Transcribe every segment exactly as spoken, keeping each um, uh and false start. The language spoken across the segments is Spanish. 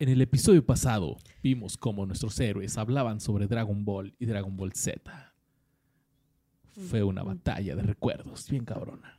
En el episodio pasado vimos cómo nuestros héroes hablaban sobre Dragon Ball y Dragon Ball Z. Fue una batalla de recuerdos bien cabrona.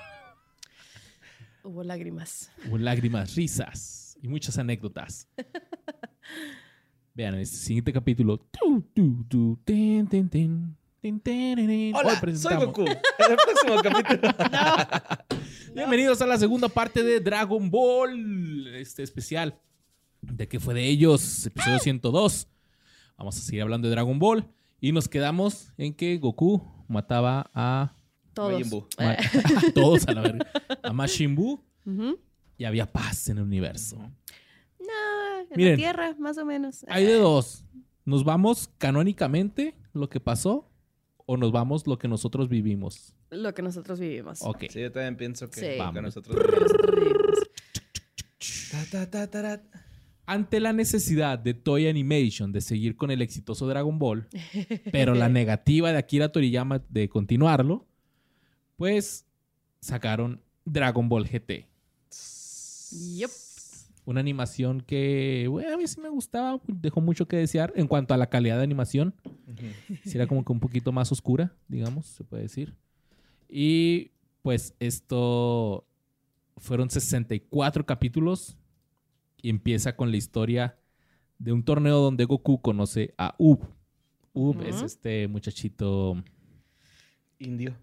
Hubo lágrimas. Hubo lágrimas, risas y muchas anécdotas. Vean, en este siguiente capítulo. Tu, tu, tu, ten, ten, ten, ten, ten, ten. Hola, Hoy soy presentamos- Goku. En el próximo capítulo. Bienvenidos a la segunda parte de Dragon Ball, este especial. ¿De qué fue de ellos? Episodio ciento dos. Vamos a seguir hablando de Dragon Ball. Y nos quedamos en que Goku mataba a, Todos. Majin Buu. ma- a todos a la verga. A Majin Buu. Ujú. Y había paz en el universo. No, en Miren. la Tierra, más o menos. Hay de dos. ¿Nos vamos canónicamente lo que pasó? ¿O nos vamos lo que nosotros vivimos? Lo que nosotros vivimos. Ok. Sí, yo también pienso que, Sí. que Vamos. nosotros... Lo que nosotros vivimos. Ta, ta, ta, tarat. Ante la necesidad de Toei Animation de seguir con el exitoso Dragon Ball, pero la negativa de Akira Toriyama de continuarlo, pues sacaron Dragon Ball G T. Yup. Una animación que, bueno, a mí sí me gustaba, dejó mucho que desear en cuanto a la calidad de animación. Ujú. Sí era como que un poquito más oscura, digamos, se puede decir. Y pues esto fueron sesenta y cuatro capítulos y empieza con la historia de un torneo donde Goku conoce a Ub. Ub Ujú. es este muchachito... Indio.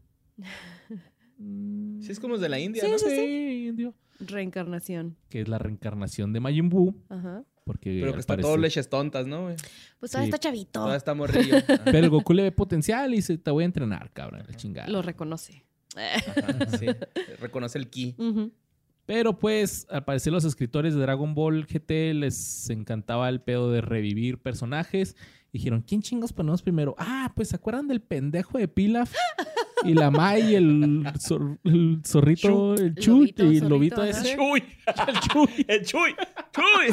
Sí, es como de la India, Sí, ¿no? sí, sí. Sí, indio. Reencarnación. Que es la reencarnación de Majin Buu. Ajá. Porque Pero al que está parecer- todo leches tontas, ¿no, güey? Pues todavía Sí. está chavito. Todavía está morrillo. Ajá. Pero el Goku le ve potencial y dice, te voy a entrenar, cabrón, la chingada. Lo reconoce. Ajá, sí. Reconoce el ki. Ujú. Pero pues, al parecer los escritores de Dragon Ball G T les encantaba el pedo de revivir personajes. Dijeron, ¿quién chingos ponemos primero? Ah, pues ¿se acuerdan del pendejo de Pilaf? Y la Mai y el, zor- el zorrito, el Chu Lobito, y el zorrito, lobito ajá. ese. ¡Chuy! El Chuy. ¡El Chuy! ¡Chuy!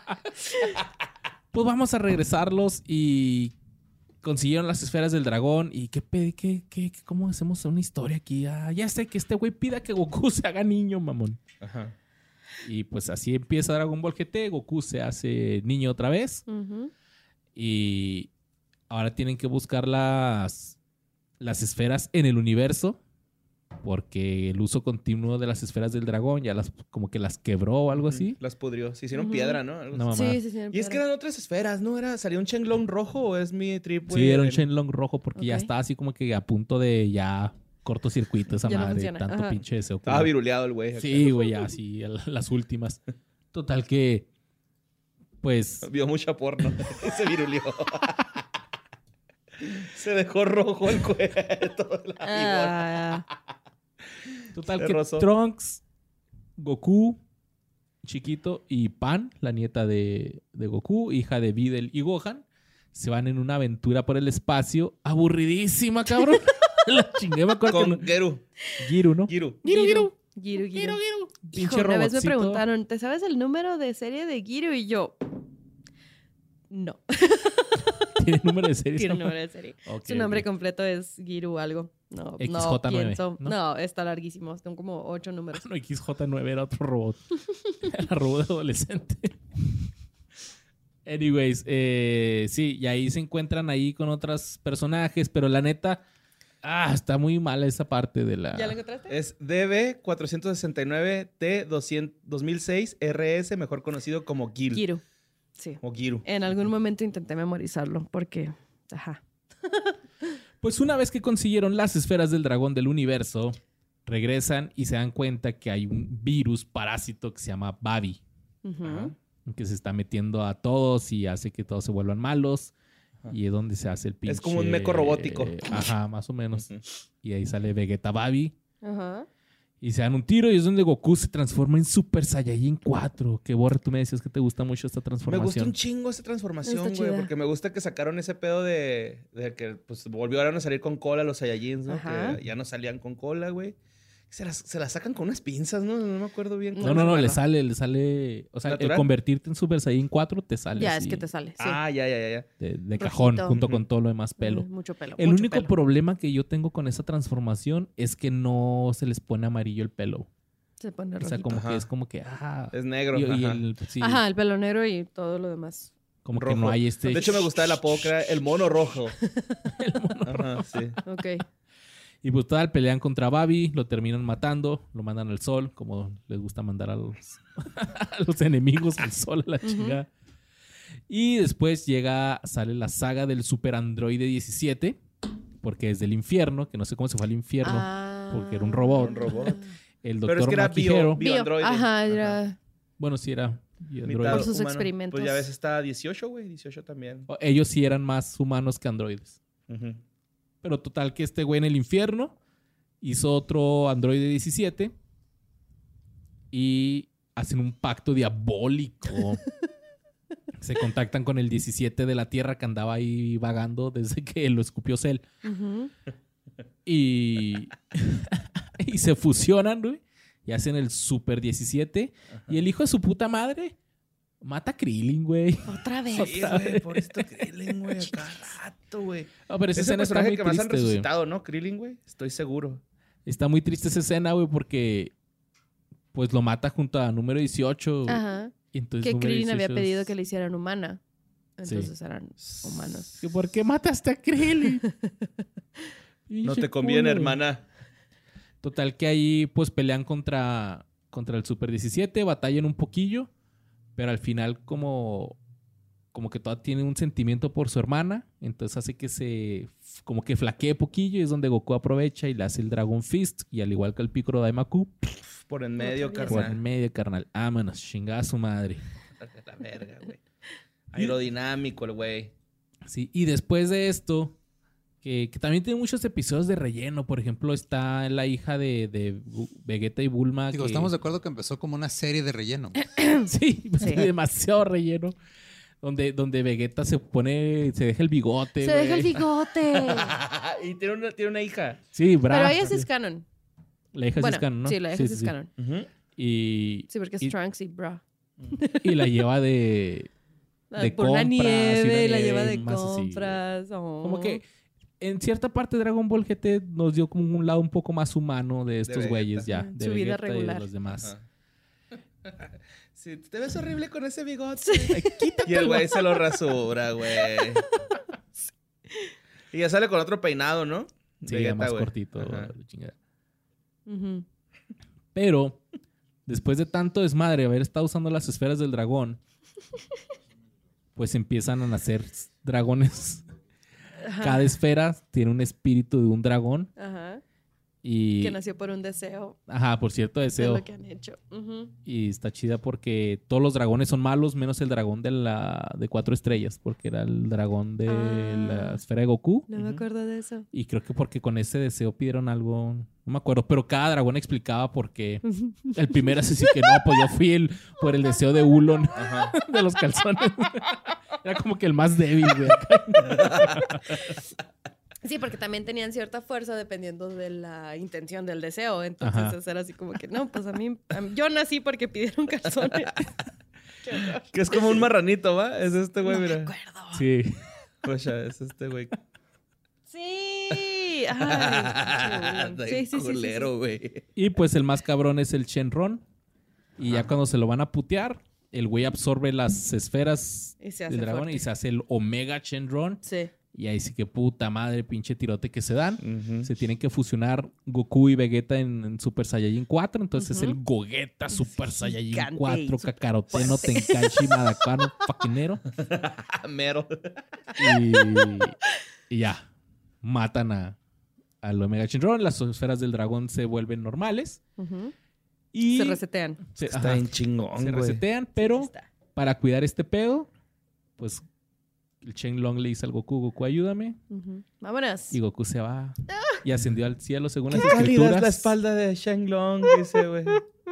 Pues vamos a regresarlos y consiguieron las esferas del dragón. ¿Y qué pe- qué, qué, qué- cómo hacemos una historia aquí? Ah, ya sé que este güey pida que Goku se haga niño, mamón. Ajá. Y pues así empieza Dragon Ball G T. Goku se hace niño otra vez. Ujú. Y ahora tienen que buscar las, las esferas en el universo. Porque el uso continuo de las esferas del dragón ya las como que las quebró o algo así. Las pudrió. Se hicieron Ujú. piedra, ¿no? Algo No, así. mamá. Sí, sí, sí. Y es que eran otras esferas, ¿no? Era, ¿salía un Shenlong rojo o es mi trip, güey? Sí, era un El- Shenlong rojo porque ya Ok. estaba así como que a punto de ya cortocircuito esa Ya no madre. funciona, Tanto ajá. pinche deseo. Estaba culero. viruleado el güey. acá. Sí, güey, ya así, el- las últimas. Total que, pues, Vio mucha porno. Se viruleó. Se dejó rojo el cuello. Todo el abdomen. Ah, total Se que rozó. Trunks, Goku, Chiquito y Pan, la nieta de, de Goku, hija de Videl y Gohan, se van en una aventura por el espacio aburridísima, cabrón. La chingué, me acuerdo que Con no- Geru. Giru, ¿no? Giru. Giru, Giru. Giru, Giru. Pinche Hijo, una vez me robotcito. preguntaron, ¿te sabes el número de serie de Giru? Y yo, no. Tiene número de serie. Tiene esa número de serie. Ok, Su nombre ok. completo es Giru algo. No, X no J nueve, pienso. ¿no? ¿no? está larguísimo. Son como ocho números. No, X J nueve era otro robot. Era robot adolescente. Anyways, eh, sí, y ahí se encuentran ahí con otros personajes, pero la neta, ah, está muy mala esa parte de la... ¿Ya lo encontraste? Es D B cuatrocientos sesenta y nueve T dos mil seis R S, mejor conocido como Gil. Giru. Sí. O Giru. En algún momento intenté memorizarlo porque, ajá. Pues una vez que consiguieron las esferas del dragón del universo, regresan y se dan cuenta que hay un virus parásito que se llama Babi, Ujú. Ajá. que se está metiendo a todos y hace que todos se vuelvan malos. Ajá. Y es donde se hace el pinche... Es como un meco robótico. Ajá, más o menos. Ujú. Y ahí sale Vegeta Babi. Ajá. Y se dan un tiro y es donde Goku se transforma en Super Saiyajin cuatro. Que Borre, tú me decías que te gusta mucho esta Me transformación. gusta un chingo esa transformación, Está güey. chida. Porque me gusta que sacaron ese pedo de, de que pues volvieron a salir con cola los Saiyajins, ¿no? Ajá. Que ya no salían con cola, güey. Se las, se las sacan con unas pinzas, ¿no? No me acuerdo bien. No, cómo. no, no, le Bueno. sale, le sale... O sea, el ¿Natural? convertirte en Super Saiyan cuatro te sale Ya, así es que te sale. Sí. Ah, ya, ya, ya, ya. de, de cajón, Rojito. junto con Ujú. todo lo demás pelo. Mm, Mucho pelo. El mucho único pelo. problema que yo tengo con esa transformación es que no se les pone amarillo el pelo. Se pone O sea, rojito. como Ajá. que es como que... Ah, Es negro. y, y ajá. el, sí, Ajá, el pelo negro y todo lo demás. como rojo. que no hay este... De hecho, me gustaba el apodo que era el mono rojo. el mono Ajá, rojo. sí. Ok. Y pues total, pelean contra Babi, lo terminan matando, lo mandan al sol, como les gusta mandar a los, a los enemigos al sol, a la Ujú. chingada. Y después llega, sale la saga del Super Androide diecisiete, porque es del infierno, que no sé cómo se fue al infierno, Ah. porque era un robot. Un robot. el Pero es doctor que era bio- Maquijero. bio- Bioandroide. Ajá, era... Ajá. Bueno, sí era androide. Mitad Por sus humano. experimentos. Pues ya ves, está dieciocho, güey. dieciocho también. Ellos sí eran más humanos que androides. Ujú. Pero total que este güey en el infierno hizo otro androide diecisiete y hacen un pacto diabólico. Se contactan con el diecisiete de la Tierra que andaba ahí vagando desde que lo escupió Cell. Ujú. Y, y se fusionan, güey. Y hacen el Super diecisiete. Y el hijo de su puta madre mata a Krillin, güey. Otra vez. Sí, güey. Por esto Krillin, güey. A cada rato, güey. No, pero esa Es el escena está personaje muy que más han triste, güey. resucitado, ¿no? Krillin, güey. Estoy seguro. Está muy triste esa escena, güey, porque pues lo mata junto a número dieciocho. güey. Ajá. Y entonces Que número Krillin había dieciocho es- pedido que le hicieran humana. Entonces Sí. eran humanos. ¿Que ¿Por qué mataste a Krillin? No Pinche te conviene, culo. hermana. Total que ahí pues pelean contra, contra el Super diecisiete, batallan un poquillo, pero al final como, como que todavía tiene un sentimiento por su hermana, entonces hace que se como que flaquee poquillo y es donde Goku aprovecha y le hace el Dragon Fist y al igual que el Piccolo Daimaku, Por en medio, Otra vez. por carnal. en medio, carnal, ámanos, chingada a su madre. La verga, güey. Aerodinámico el güey. Sí, y después de esto, que, que también tiene muchos episodios de relleno. Por ejemplo, está la hija de, de Bu- Vegeta y Bulma. Digo, que- estamos de acuerdo que empezó como una serie de relleno. Sí, pues, Sí. demasiado relleno. Donde, donde Vegeta se pone, se deja el bigote. Se güey. deja el bigote. Y tiene una, tiene una hija. Sí, bravo. Pero ella sí es canon. La hija sí Bueno, es canon, ¿no? sí, la hija sí, es canon. Ujú. Y, Sí, porque es Y- Trunks y bra. y la lleva de... De por la compras, y la nieve, la nieve, lleva de más así, compras. oh. Como que en cierta parte Dragon Ball G T nos dio como un lado un poco más humano de estos Vegeta. güeyes ya. Mm, De su vida Vegeta y de regular. los demás. Ajá. Sí, te ves horrible con ese bigote. Ay, quítatelo. Y el güey se lo rasura, güey. Y ya sale con otro peinado, ¿no? Sí, Vegeta, ya más güey. cortito. Ajá. la chingada. Ujú. Pero, después de tanto desmadre, haber estado usando las esferas del dragón, pues empiezan a nacer dragones. Ajá. Cada esfera tiene un espíritu de un dragón. Ajá. Y, Que nació por un deseo. ajá, por cierto, Es deseo. lo que han hecho. Ujú. Y está chida porque todos los dragones son malos, menos el dragón de la de cuatro estrellas, porque era el dragón de Ah. la esfera de Goku. No me Ujú. acuerdo de eso. Y creo que porque con ese deseo pidieron algo, no me acuerdo, pero cada dragón explicaba por qué. El primero es así que no, pues yo fui el, por el deseo de Ulon Ajá. de los calzones. Era como que el más débil, güey. Sí, porque también tenían cierta fuerza dependiendo de la intención del deseo. Entonces Ajá. era así como que, no, pues a mí, a mí- yo nací porque pidieron calzones. Qué horror. Que es como un marranito, ¿va? Es este güey, No me mira. acuerdo. Sí. Pues ya, es este güey. Sí. Ay, Está sí, bien sí, sí, sí, culero, güey. Y pues el más cabrón es el Shenron. Y ya cuando se lo van a putear, el güey absorbe las esferas Y se hace del dragón fuerte. y se hace el Omega Shenron. Sí. Y ahí sí que puta madre, pinche tirote que se dan. Ujú. Se tienen que fusionar Goku y Vegeta en, en Super Saiyajin cuatro. Entonces Ujú. es el Gogeta Super Saiyajin gigante y cuatro, súper Kakaroteno, fuerte. Tenkaichi, Madakano, Faquinero. Mero. Y, y ya, matan a, al Omega Shenron. Las esferas del dragón se vuelven normales. Ujú. Y Se resetean. se, Está ajá, bien chingón, se güey. resetean, pero Ahí está. para cuidar este pedo, pues el Shenlong le dice al Goku, Goku, ayúdame. Ujú. Vámonos. Y Goku se va y ascendió al cielo según las Qué cálida escrituras. es la espalda de Shenlong, dice, güey.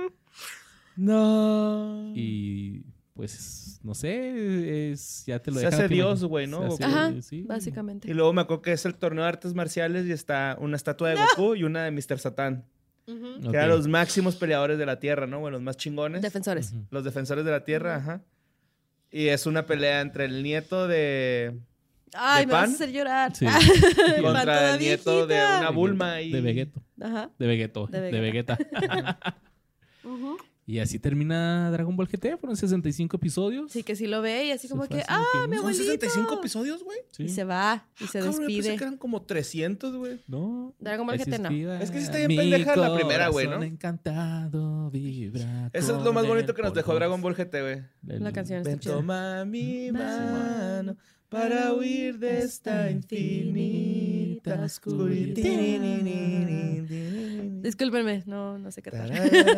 No. Y pues, no sé, es, ya te lo Se dejan hace a tu Dios, imagi- güey, ¿no? se hace, Ajá, sí. básicamente. Y luego me acuerdo que es el torneo de artes marciales y está una estatua de Goku y una de mister Satan. Ujú. Ok. Que eran los máximos peleadores de la Tierra, ¿no? Bueno, los más chingones. Defensores. Ujú. Los defensores de la Tierra, ajá. Y es una pelea entre el nieto de... Ay, ¿De me vas a pan? hacer llorar. Sí. Pan contra toda el nieto de viejita. una Bulma y... De Vegeto. Ajá. De Vegeto. De De Vegeta. Y así termina Dragon Ball G T. Fueron sesenta y cinco episodios. Sí, que sí lo ve y así Se como fue que, así como ah, que, mi ¿son ¿Son abuelito. sesenta y cinco episodios, güey? Sí. Y se va y Ah, se cabrón, yo pensé despide. que eran como trescientos, güey. No. Dragon Ball G T no. existía Es que sí está bien mi pendeja la primera, güey, ¿no? corazón encantado vibra Eso es lo más con bonito el que nos dejó polvo. Dragon Ball G T, güey. El- La canción está Ven, chida. toma mi mano para huir de esta infinita oscuridad. Discúlpenme, no, no sé qué tal.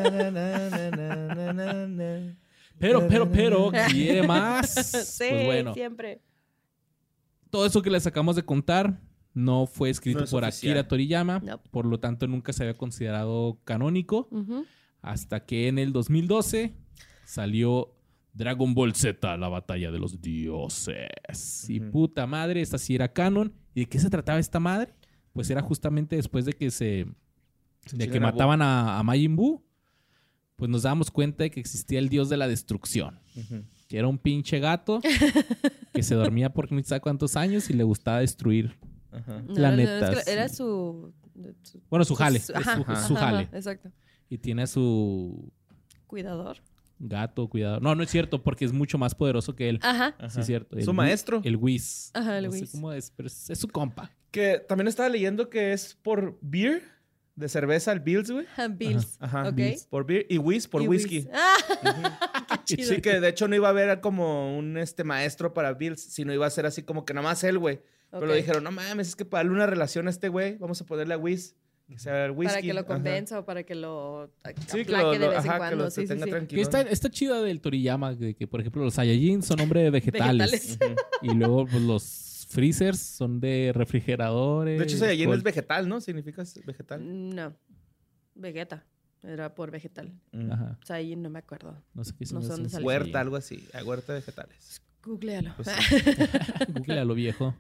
Pero, pero, pero, ¿quiere más? Sí, Pues bueno, siempre. todo eso que les acabamos de contar no fue escrito No es por oficial. Akira Toriyama. No. Por lo tanto, nunca se había considerado canónico. Ujú. Hasta que en el dos mil doce salió Dragon Ball Z, la batalla de los dioses. Y Ujú. puta madre, esta sí era canon. ¿Y de qué se trataba esta madre? Pues era justamente después de que se... Se de que chingan a mataban a, a Majin Buu. Pues nos dábamos cuenta de que existía el dios de la destrucción. Ujú. Que era un pinche gato que se dormía por no sé cuántos años y le gustaba destruir. Ajá. No, Planetas. no, no, es que era su... su- Bueno, su jale. su- Su, ajá, su ajá, jale. ajá, exacto. Y tiene a su Cuidador. gato, cuidado. No, no es cierto, porque es mucho más poderoso que él. Ajá. Ajá. Sí, es cierto. Su El Whis- maestro. El Whis. Ajá, el No sé Whis. cómo es, pero es, es su compa. Que también estaba leyendo que es por beer, de cerveza, el Bills, güey. Ah, Bills. Ajá, Ok. Bills. Por beer y Whis por Y whisky. Whis. Ah, qué chido. Sí, que de hecho no iba a haber como un este maestro para Bills, sino iba a ser así como que nada más él, güey. Pero Ok. dijeron, no mames, es que para darle una relación a este güey, vamos a ponerle a Whis. Que sea el whisky. Para que lo Ajá. convenza o para que lo a- Sí, que aplaque lo, de lo- vez ajá, en que cuando. lo Sí, sí, tenga sí. tranquilo. Que está, está chida del Toriyama, de que, por ejemplo, los Saiyajin son nombre de vegetales. Vegetales. Ujú. Y luego pues, los freezers son de refrigeradores. De hecho, Saiyajin Gol- es vegetal, ¿no? ¿Significa vegetal? No. Vegeta. Era por vegetal. Mm. Ajá. O sea, ahí no me acuerdo. No sé qué No sé dónde salió. Huerta, algo así. ah, Huerta de vegetales. Googlealo. Pues Google a lo viejo.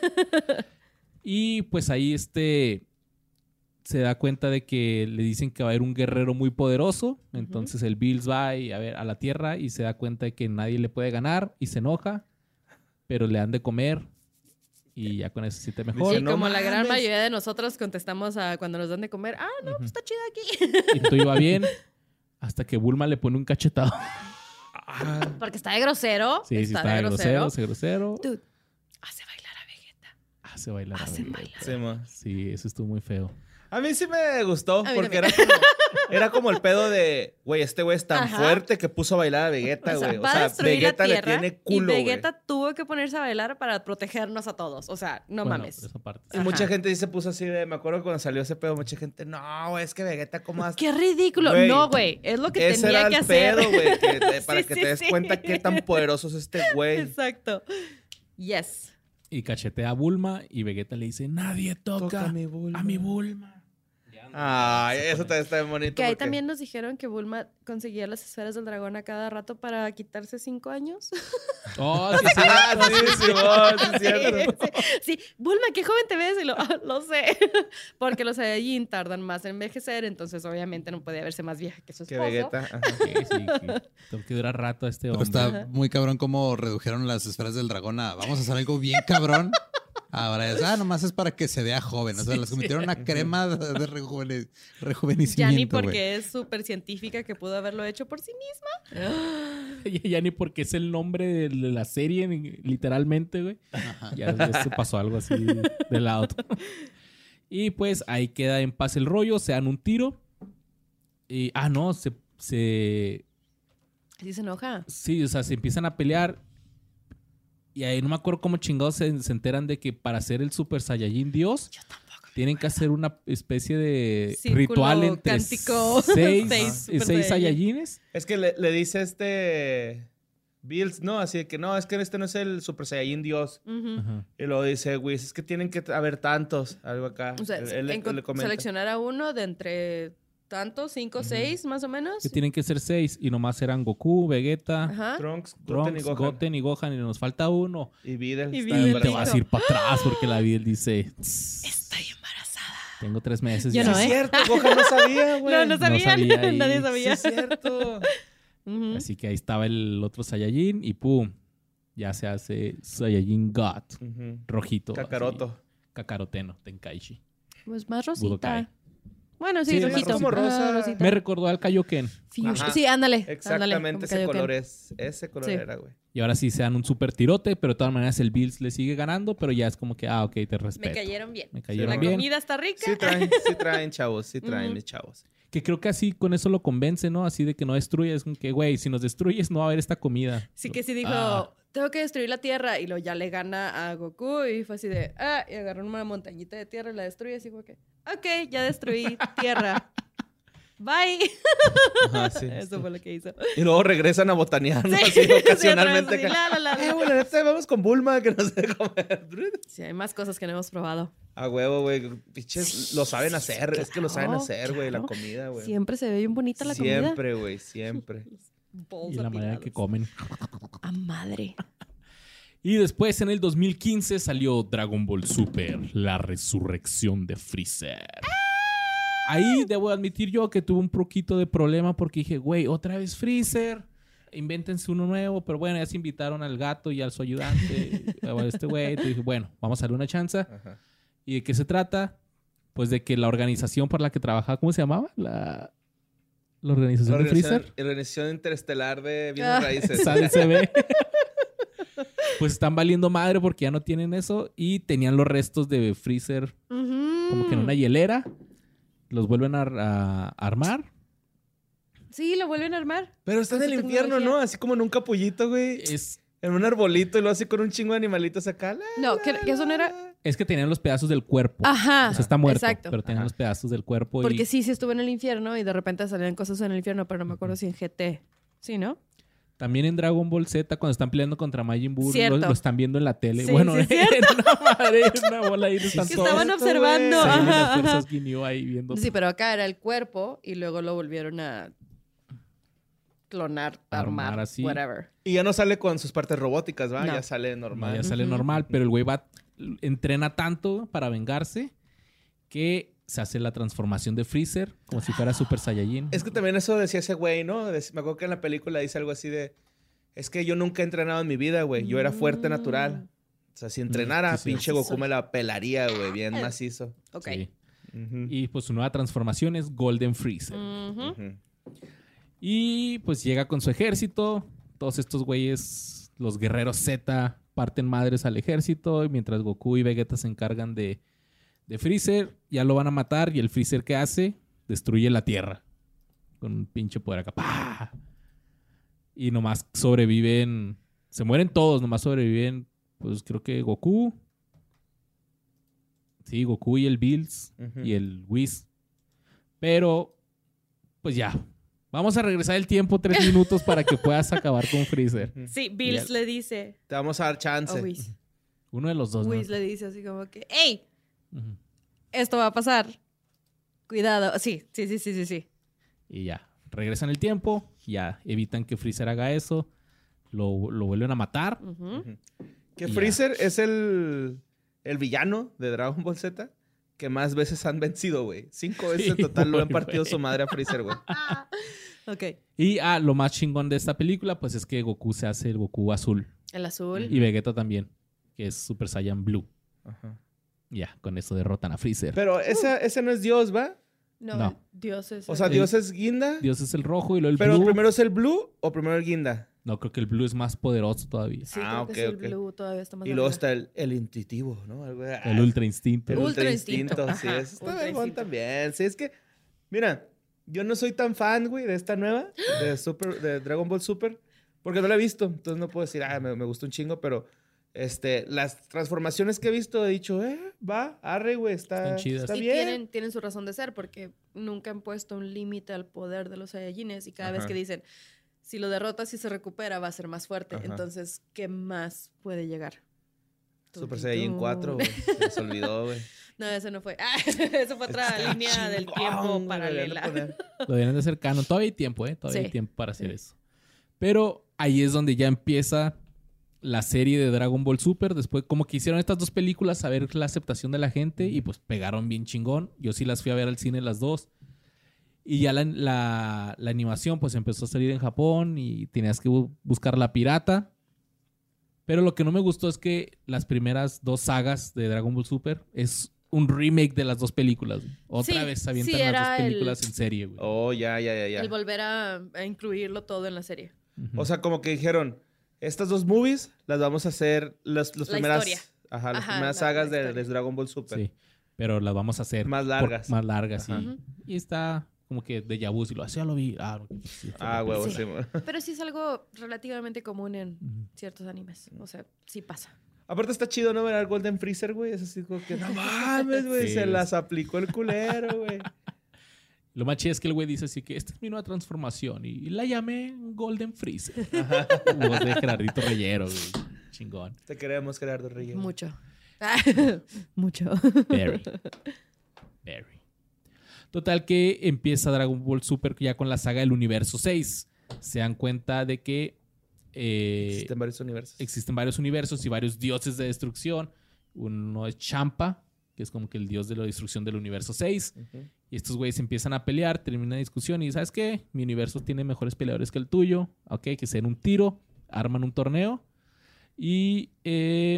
Y pues ahí este se da cuenta de que le dicen que va a haber un guerrero muy poderoso. Entonces el Bills va y, a ver a la tierra y se da cuenta de que nadie le puede ganar y se enoja, pero le dan de comer y ya con eso se siente mejor. Dice, Y no como la gran mames. mayoría de nosotros contestamos a cuando nos dan de comer, ah, no, pues está chido aquí. Y todo iba bien hasta que Bulma le pone un cachetado. Ah, Porque está de grosero. Sí, sí, está, está de grosero. grosero, grosero. Dude, hace bailar a Vegeta. Hace bailar. a Hace Vegeta. bailar. sí, ma. Sí, eso estuvo muy feo. A mí sí me gustó, A mí porque también. era como, era como el pedo de, güey, este güey es tan Ajá. fuerte que puso a bailar a Vegeta, O sea, güey. O va a sea, destruir Vegeta la le tierra tiene culo, y güey. Vegeta tuvo que ponerse a bailar para protegernos a todos. O sea, no Bueno, mames. esa parte. Y Ajá. mucha gente sí se puso así de, me acuerdo cuando salió ese pedo, mucha gente, no, güey, es que Vegeta cómo hace. ¡Qué ridículo! Güey, no, güey. Es lo que Ese tenía era que el hacer. pedo, güey, que te- para Sí, que sí, te des sí. cuenta qué tan poderoso es este güey. Exacto. Yes. Y cachetea a Bulma y Vegeta le dice, nadie toca, Toca a mi Bulma". a mi Bulma. Ay, eso también está bien bonito. Que ahí porque- también nos dijeron que Bulma conseguía las esferas del dragón a cada rato para quitarse cinco años. Oh, sí, sí, Ah, sí, sí, oh, sí, es cierto. Sí, sí. Bulma, qué joven te ves. Y lo, "Ah, lo sé. Porque los Saiyajin tardan más en envejecer, entonces obviamente no podía verse más vieja que su Que esposo. Vegeta. ajá. Sí, sí, sí. Tengo que durar rato a este Pero hombre. está muy cabrón cómo redujeron las esferas del dragón a vamos a hacer algo bien cabrón. Ahora es, ah, nomás es para que se vea joven. O sea, Sí, les convirtieron una crema de, de rejuvene- rejuvenecimiento. Ya ni güey. porque es súper científica que pudo haberlo hecho por sí misma. Ya, ya ni porque es el nombre de, de la serie, ni- literalmente, güey. Ya, ya se pasó algo así de lado. Y pues ahí queda en paz el rollo, se dan un tiro. Y, ah, no, se, se... ¿Sí se enoja? Sí, o sea, se empiezan a pelear. Y ahí no me acuerdo cómo chingados se, se enteran de que para ser el Super Saiyajin Dios... Yo tampoco. Tienen que hacer una especie de Círculo ritual entre cántico. seis, Seis eh, Super seis Saiyajin. Saiyajines. Es que le, le dice este Bills, no, así de que no, es que este no es el Super Saiyajin Dios. Ujú. Ajá. Y luego dice, güey, es que tienen que haber tantos, algo acá. O sea, Él- él le- enco- le comenta. seleccionar a uno de entre tantos, cinco, seis, más o menos. Que tienen que ser seis y nomás eran Goku, Vegeta, Ajá. Trunks, Goten y Trunks, Gohan. Goten y Gohan y nos falta uno. Y Videl. Y está Videl. Y te embarazada. vas a ir para atrás porque la Videl dice, "Tss, Estoy embarazada. tengo tres meses. Yo ya". no, Sí, ¿eh? es cierto, Gohan no sabía, güey. No, no sabían. sabía y- Nadie Sí, sabía. es cierto. Ujú. Así que ahí estaba el otro Saiyajin y pum, ya se hace Saiyajin God, Ujú. rojito. así, Kakaroto. Kakaroteno, Tenkaichi. Pues más Budokai. rosita. Bueno, sí, Sí, rojito. como rosa. Ah, rosita. Me recordó al Kaioken. Fuchsia. Ajá. Sí, ándale. Exactamente ándale, ese como color Kaioken. es. Ese color Sí. era, güey. Y ahora sí se dan un súper tirote, pero de todas maneras el Bills le sigue ganando, pero ya es como que, ah, ok, te Me respeto. cayeron bien. Me cayeron La bien. comida está rica. Sí traen, sí traen, chavos. Sí traen, Ujú. mis chavos. Que creo que así con eso lo convence, ¿no? Así de que no destruyes, como que, güey, si nos destruyes no va a haber esta comida. Sí que sí dijo, Ah. tengo que destruir la tierra. Y luego ya le gana a Goku y fue así de, ah, y agarró una montañita de tierra y la destruye. Así como que, ok, ya destruí tierra. Bye. Ajá, sí. Eso fue lo que hizo. Y luego regresan a botanear, ¿no? Sí, Así sí, ocasionalmente. otra vez así, acá. la, la, la. Eh, bueno, este vamos con Bulma, que no sé comer. Sí, hay más cosas que no hemos probado. A huevo, güey. Piches, lo saben hacer. Es que lo saben Claro, hacer, güey, la claro. comida, güey. Siempre se ve bien bonita la comida. Siempre, güey, siempre. Balls Y la manera que apilados. comen. A madre. Y después, en el dos mil quince, salió Dragon Ball Super, la resurrección de Freezer. Ahí debo admitir yo que tuve un poquito de problema porque dije, güey, otra vez Freezer. Invéntense uno nuevo, pero bueno, ya se invitaron al gato y al su ayudante, a este güey. Entonces dije, bueno, vamos a darle una chance. Ajá. ¿Y de qué se trata? Pues de que la organización por la que trabajaba, ¿cómo se llamaba? La, la organización La de Freezer. organización, la organización interestelar de bienes Ah. raíces. S A D C B. Pues están valiendo madre porque ya no tienen eso y tenían los restos de Freezer Ujú. como que en una hielera. Los vuelven a, a armar. Sí, lo vuelven a armar. Pero está en Con el su infierno, tecnología. ¿no? Así como en un capullito, güey. Es, En un arbolito y lo hace con un chingo de animalitos acá. La, No, la, que, que eso no era... la. es que tenían los pedazos del cuerpo. Ajá. O sea, está muerto, Exacto. pero tenían Ajá. los pedazos del cuerpo. Porque y sí, sí estuvo en el infierno y de repente salían cosas en el infierno, pero no me acuerdo si en G T. Sí, ¿no? también en Dragon Ball Z, cuando están peleando contra Majin Buu, lo, Cierto. lo están viendo en la tele. Sí, bueno, sí, es en cierto. una madre, en una bola ahí. Están Que todos. estaban cierto, observando. güey. Sí, Ajá, las ajá. fuerzas Ginyu ahí viendo. Sí, pero acá era el cuerpo y luego lo volvieron a clonar, Armar armar, así. whatever. Y ya no sale con sus partes robóticas, ¿va? No. Ya sale No, normal. ya sale Ujú. normal, pero el güey va, entrena tanto para vengarse que se hace la transformación de Freezer como si fuera Super Saiyajin. Es que también eso decía ese güey, ¿no? Dec- Me acuerdo que en la película dice algo así de... Es que yo nunca he entrenado en mi vida, güey. Yo era fuerte Mm. natural. O sea, si entrenara, sí, sí. pinche Macizo. Goku me la pelaría, güey. Bien macizo. Ok. Sí. Ujú. Y pues su nueva transformación es Golden Freezer. Ujú. Ujú. Y pues llega con su ejército. Todos estos güeyes, los guerreros Z, parten madres al ejército. Y mientras Goku y Vegeta se encargan de, de Freezer, ya lo van a matar. Y el Freezer, ¿qué hace? Destruye la Tierra. Con un pinche poder acá. ¡Pah! Y nomás sobreviven. Se mueren todos, nomás sobreviven. Pues creo que Goku. Sí, Goku y el Bills. Ujú. Y el Whis. Pero, pues ya. Vamos a regresar el tiempo tres minutos para que puedas acabar con Freezer. Sí, Bills Ya. le dice. Te vamos a dar chance. O Whis. Uno de los dos. ¿no? Whis le dice así como que, ¡Ey! Ujú. Esto va a pasar. Cuidado. Sí, sí, sí, sí, sí, sí. Y ya. Regresan el tiempo. Ya evitan que Freezer haga eso. Lo, lo vuelven a matar. Ujú. Ujú. Que Y ya. Freezer es el, el villano de Dragon Ball Z que más veces han vencido, güey. Cinco veces Sí, en total lo han güey, partido güey. su madre a Freezer, güey. Ok. Y ah, lo más chingón de esta película, pues es que Goku se hace el Goku azul. El azul. Y Vegeta también, que es Super Saiyan Blue. Ajá. Ya, con eso derrotan a Freezer. Pero esa, ese no es Dios, ¿va? No, No. Dios es. O sea, el- Dios es Guinda. Dios es el rojo y luego el Pero Blue. primero es el Blue o primero el Guinda. No, creo que el Blue es más poderoso todavía. Sí, Ah, creo que ok, es el ok. Blue, todavía está más Y luego arriba. está el, el intuitivo, ¿no? Algo de- El Ultra Instinto. El Ultra ultra instinto. instinto, sí. Ajá, Es, está ultra vergón instinto. también. Sí, es que, mira, yo no soy tan fan, güey, de esta nueva, de, Super, de Dragon Ball Super, porque no la he visto. Entonces no puedo decir, ah, me, me gustó un chingo, pero este, las transformaciones que he visto he dicho, eh, va, arre, güey, está, Están chidas. está Y bien. tienen, tienen su razón de ser porque nunca han puesto un límite al poder de los Saiyajines y cada vez Ajá. que dicen, si lo derrotas y se recupera va a ser más fuerte. Ajá. Entonces, ¿qué más puede llegar? Super Tun, Saiyan tun. cuatro, güey. Se les olvidó, güey. No, eso no fue. Ah, eso fue otra Está línea del chingón, tiempo güey, deberían de paralela. poner. Lo deberían de hacer canon. Todavía hay tiempo, ¿eh? Todavía Sí. hay tiempo para hacer Sí. eso. Pero ahí es donde ya empieza la serie de Dragon Ball Super. Después, como que hicieron estas dos películas, a ver la aceptación de la gente y pues pegaron bien chingón. Yo sí las fui a ver al cine las dos. Y ya la, la, la animación pues empezó a salir en Japón y tenías que bu- buscar la pirata. Pero lo que no me gustó es que las primeras dos sagas de Dragon Ball Super es un remake de las dos películas. Güey. Otra Sí, vez se avientan sí, las dos era el- películas en serie, güey. Oh, ya, ya, ya, ya. El volver a, a incluirlo todo en la serie. Ujú. O sea, como que dijeron, estas dos movies las vamos a hacer las, las La primeras, historia. ajá, las Ajá, primeras la- sagas la de, historia. de Dragon Ball Super. Sí, pero las vamos a hacer Más por- largas. más largas, Ajá. sí. Ujú. Y está como que de vu, si lo hacía, lo vi. Ah, no, sí, fue Ah, la huevo, Sí. sí. mo- Pero sí es algo relativamente común en Ujú. ciertos animes. O sea, sí pasa. Aparte está chido, ¿no? Ver al Golden Freezer, güey. Es así como que, no mames, güey. Sí, se güey. las aplicó el culero, güey. Lo más chido es que el güey dice así que esta es mi nueva transformación y la llamé Golden Freezer. Voz de Gerardito Reyero, güey. Chingón. Te queremos, Gerardo Reyes. Mucho. Mucho. Very. Very. Total que empieza Dragon Ball Super ya con la saga del universo seis. Se dan cuenta de que eh, Existen varios universos. existen varios universos y varios dioses de destrucción. Uno es Champa, que es como que el dios de la destrucción del universo seis. Ujú. Y estos güeyes empiezan a pelear, termina la discusión y ¿sabes qué? Mi universo tiene mejores peleadores que el tuyo. Ok, que se den un tiro, arman un torneo. Y eh,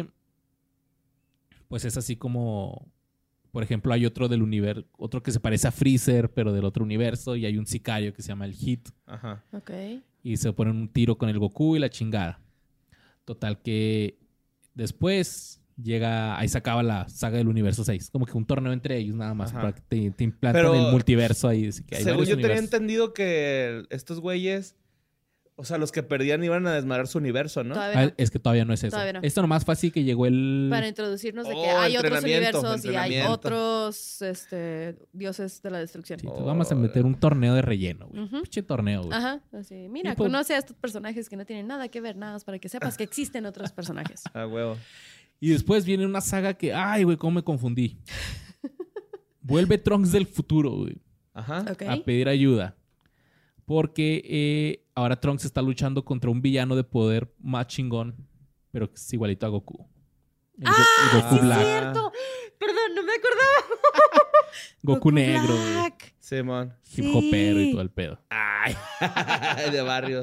pues es así como, por ejemplo, hay otro del universo, otro que se parece a Freezer, pero del otro universo. Y hay un sicario que se llama el Hit. Ajá. Ok. Y se ponen un tiro con el Goku y la chingada. Total que después llega, ahí se acaba la saga del universo seis. Como que un torneo entre ellos nada más Ajá. para que te, te implanten Pero, el multiverso ahí. Así que hay Según varios yo tenía universos. entendido que estos güeyes, o sea, los que perdían iban a desmadrar su universo, ¿no? Todavía Ah, no. es que todavía no es eso. Todavía no. Esto nomás fue así que llegó el... Para introducirnos de que Oh, hay otros entrenamiento, universos y hay entrenamiento. otros este, dioses de la destrucción. Sí, te vamos a meter un torneo de relleno, güey. Ujú. Pinche torneo, güey. Ajá, así. Mira, Y pues- conoce a estos personajes que no tienen nada que ver, nada más para que sepas que existen otros personajes. Ah, huevo. Y después viene una saga que... Ay, güey, cómo me confundí. Vuelve Trunks del futuro, güey. Ajá. Ok. A pedir ayuda. Porque eh, ahora Trunks está luchando contra un villano de poder más chingón, pero que es igualito a Goku. El, Go- el Goku Sí, Black. cierto. Perdón, no me acordaba. Goku, negro, güey. Black. Simón. Hip Sí. hopero y todo el pedo. Ay. De barrio.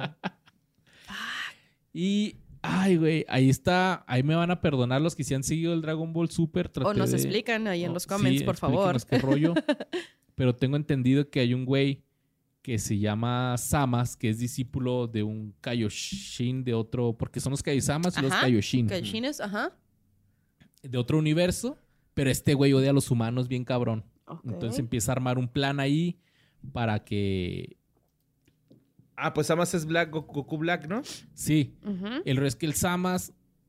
Y, ay, güey, ahí está. Ahí me van a perdonar los que sí han seguido el Dragon Ball Super. Traté O nos de- explican ahí en Oh, los comments, sí, por favor. explíquenos qué rollo. Pero tengo entendido que hay un güey que se llama Samas, que es discípulo de un Kaioshin de otro... Porque son los Kaisamas y los Ajá, Kaioshin. Kaishines, ajá. De otro universo. Pero este güey odia a los humanos bien cabrón. Ok. Entonces empieza a armar un plan ahí para que... Ah, pues Samas es Black, Goku Goku Black, ¿no? Sí, Ujú. el resto es que el Samas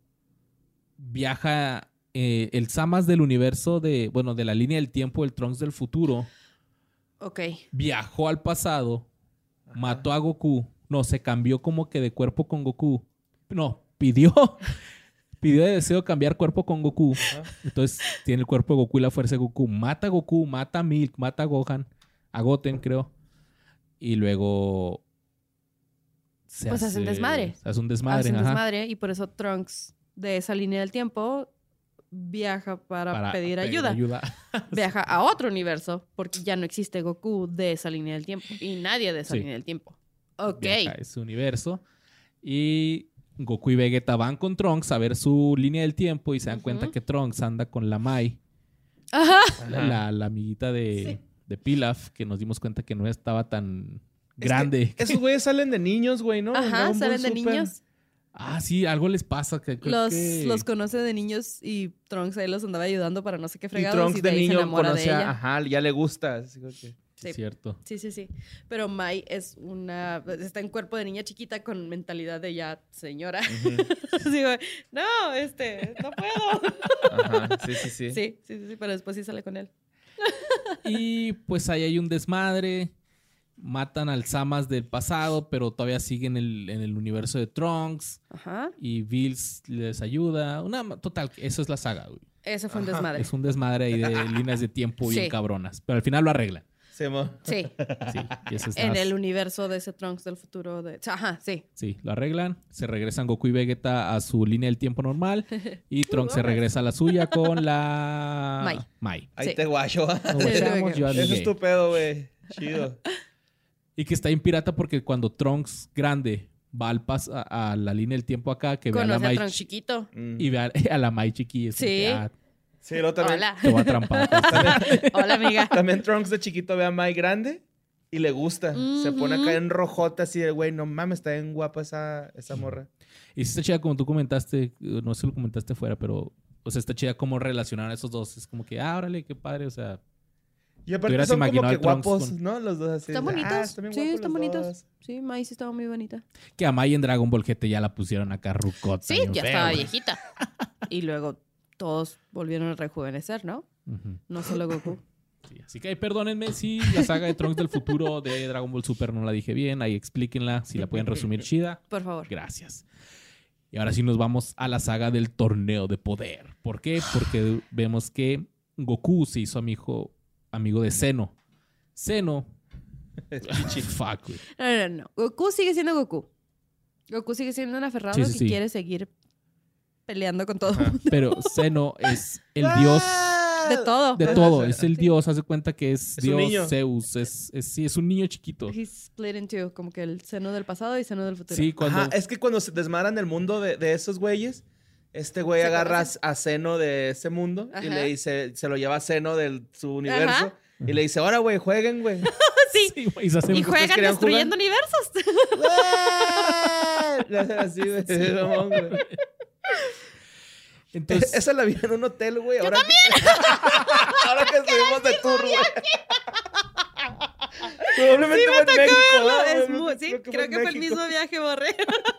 viaja... eh, el Samas del universo de... Bueno, de la línea del tiempo del Trunks del futuro... Ok. viajó al pasado, Ajá. mató a Goku. No, se cambió como que de cuerpo con Goku. No, pidió. pidió de deseo cambiar cuerpo con Goku. Ajá. Entonces tiene el cuerpo de Goku y la fuerza de Goku. Mata a Goku, mata a Milk, mata a Gohan, a Goten, creo. Y luego. Se Pues hacen desmadre. Se hace un desmadre, Hacen ajá. desmadre y por eso Trunks de esa línea del tiempo viaja para, Para pedir ayuda. Viaja a otro universo porque ya no existe Goku de esa línea del tiempo y nadie de esa Sí. línea del tiempo. Ok. Viaja a ese universo. Y Goku y Vegeta van con Trunks a ver su línea del tiempo y se dan Ujú. cuenta que Trunks anda con la Mai, Ajá. la, Ajá. la- la amiguita de, Sí. de Pilaf, que nos dimos cuenta que no estaba tan grande. Esos güeyes salen de niños, güey, ¿no? En Ajá, Dragon Ball salen de Super. niños. Ah, sí, algo les pasa. Que, creo Los, que- los conoce de niños y Trunks ahí los andaba ayudando para no sé qué Y fregados. Trunks Y de de ahí se niño enamora de conoce a... ella. Ajá, ya le gusta. Así como que- Sí, Sí. es cierto. Sí, sí, sí. Pero Mai es una... Está en cuerpo de niña chiquita con mentalidad de ya señora. Ujú. Digo, no, este, no puedo. Ajá, sí, sí, sí. Sí, sí, sí, sí, pero después sí sale con él. Y pues ahí hay un desmadre. Matan al Samas del pasado, pero todavía siguen en el, en el universo de Trunks. Ajá. Y Bills les ayuda. Una, total, eso es la saga, güey. Ese fue un Ajá. desmadre. Es un desmadre ahí de líneas de tiempo bien Sí. cabronas. Pero al final lo arreglan. Se mo- Sí, Sí, y eso es en más- el universo de ese Trunks del futuro de... Ajá, sí. Sí, lo arreglan. Se regresan Goku y Vegeta a su línea del tiempo normal. Y Trunks se ahora regresa a la suya con la... Mai. Mai. Ahí Sí. te guacho. Nos Sí, guachamos, sí, yo Eso aligué. es tu pedo, güey. Chido. Y que está en pirata porque cuando Trunks grande va al pas a, a la línea del tiempo acá, que ve a la Conoce a Mai Trunks chi- chiquito. Mm. y ve a, a la Mai chiquilla. es como Sí. que, ah, Sí, luego también, Hola. Te va a trampar. Hola, amiga. también Trunks de chiquito ve a Mai grande y le gusta. Se pone acá Ujú. en rojota así de, güey, no mames, está bien guapa esa, esa morra. Y sí está chida como tú comentaste, no sé si lo comentaste afuera, pero, o sea, está chida cómo relacionar a esos dos. Es como que, ah, órale, qué padre, o sea, Y aparte hubieras son como imaginado que al Trunks guapos, con- ¿no? Los dos así. Están de, bonitos. ah, están bien Sí, guapos están los bonitos. dos. Sí, Mai sí estaba muy bonita. que a Mai en Dragon Ball G T ya la pusieron acá rucota. Sí, bien ya feo, estaba güey. viejita. Y luego todos volvieron a rejuvenecer, ¿no? Ujú. No solo Goku. Sí, así que ahí perdónenme si la saga de Trunks del futuro de Dragon Ball Super no la dije bien. Ahí explíquenla, si la pueden resumir chida. Por favor. Gracias. Y ahora sí nos vamos a la saga del torneo de poder. ¿Por qué? Porque vemos que Goku se hizo amigo, amigo de Zeno. Zeno. Fuck, güey. No, no, no. Goku sigue siendo Goku. Goku sigue siendo un aferrado Sí, sí, que sí. quiere seguir peleando con todo el mundo. Pero Zeno es el dios De todo. de Ajá. todo. Es el Sí. dios. Haz de cuenta que es, Es un Dios niño. Zeus. Es, es, sí, es un niño chiquito. He's split into como que el seno del pasado y seno del futuro. Sí, cuando... Ajá, es que cuando se desmadran el mundo de, de esos güeyes, este güey Se agarra conocen. a Zeno de ese mundo y Ajá. le dice, se lo lleva a Zeno de su universo Ajá. y le dice, ahora güey, jueguen, güey. Sí. Sí, güey, y se hace Y un- ¿Ustedes juegan querían destruyendo universos. Le hacen así, güey. Mamón, güey. Entonces, Esa la vi en un hotel, güey. Ahora que, ahora que estuvimos de tour, güey. Probablemente fue en México, Verlo, ¿verdad? es muy- sí, creo que fue el mismo viaje, Borre.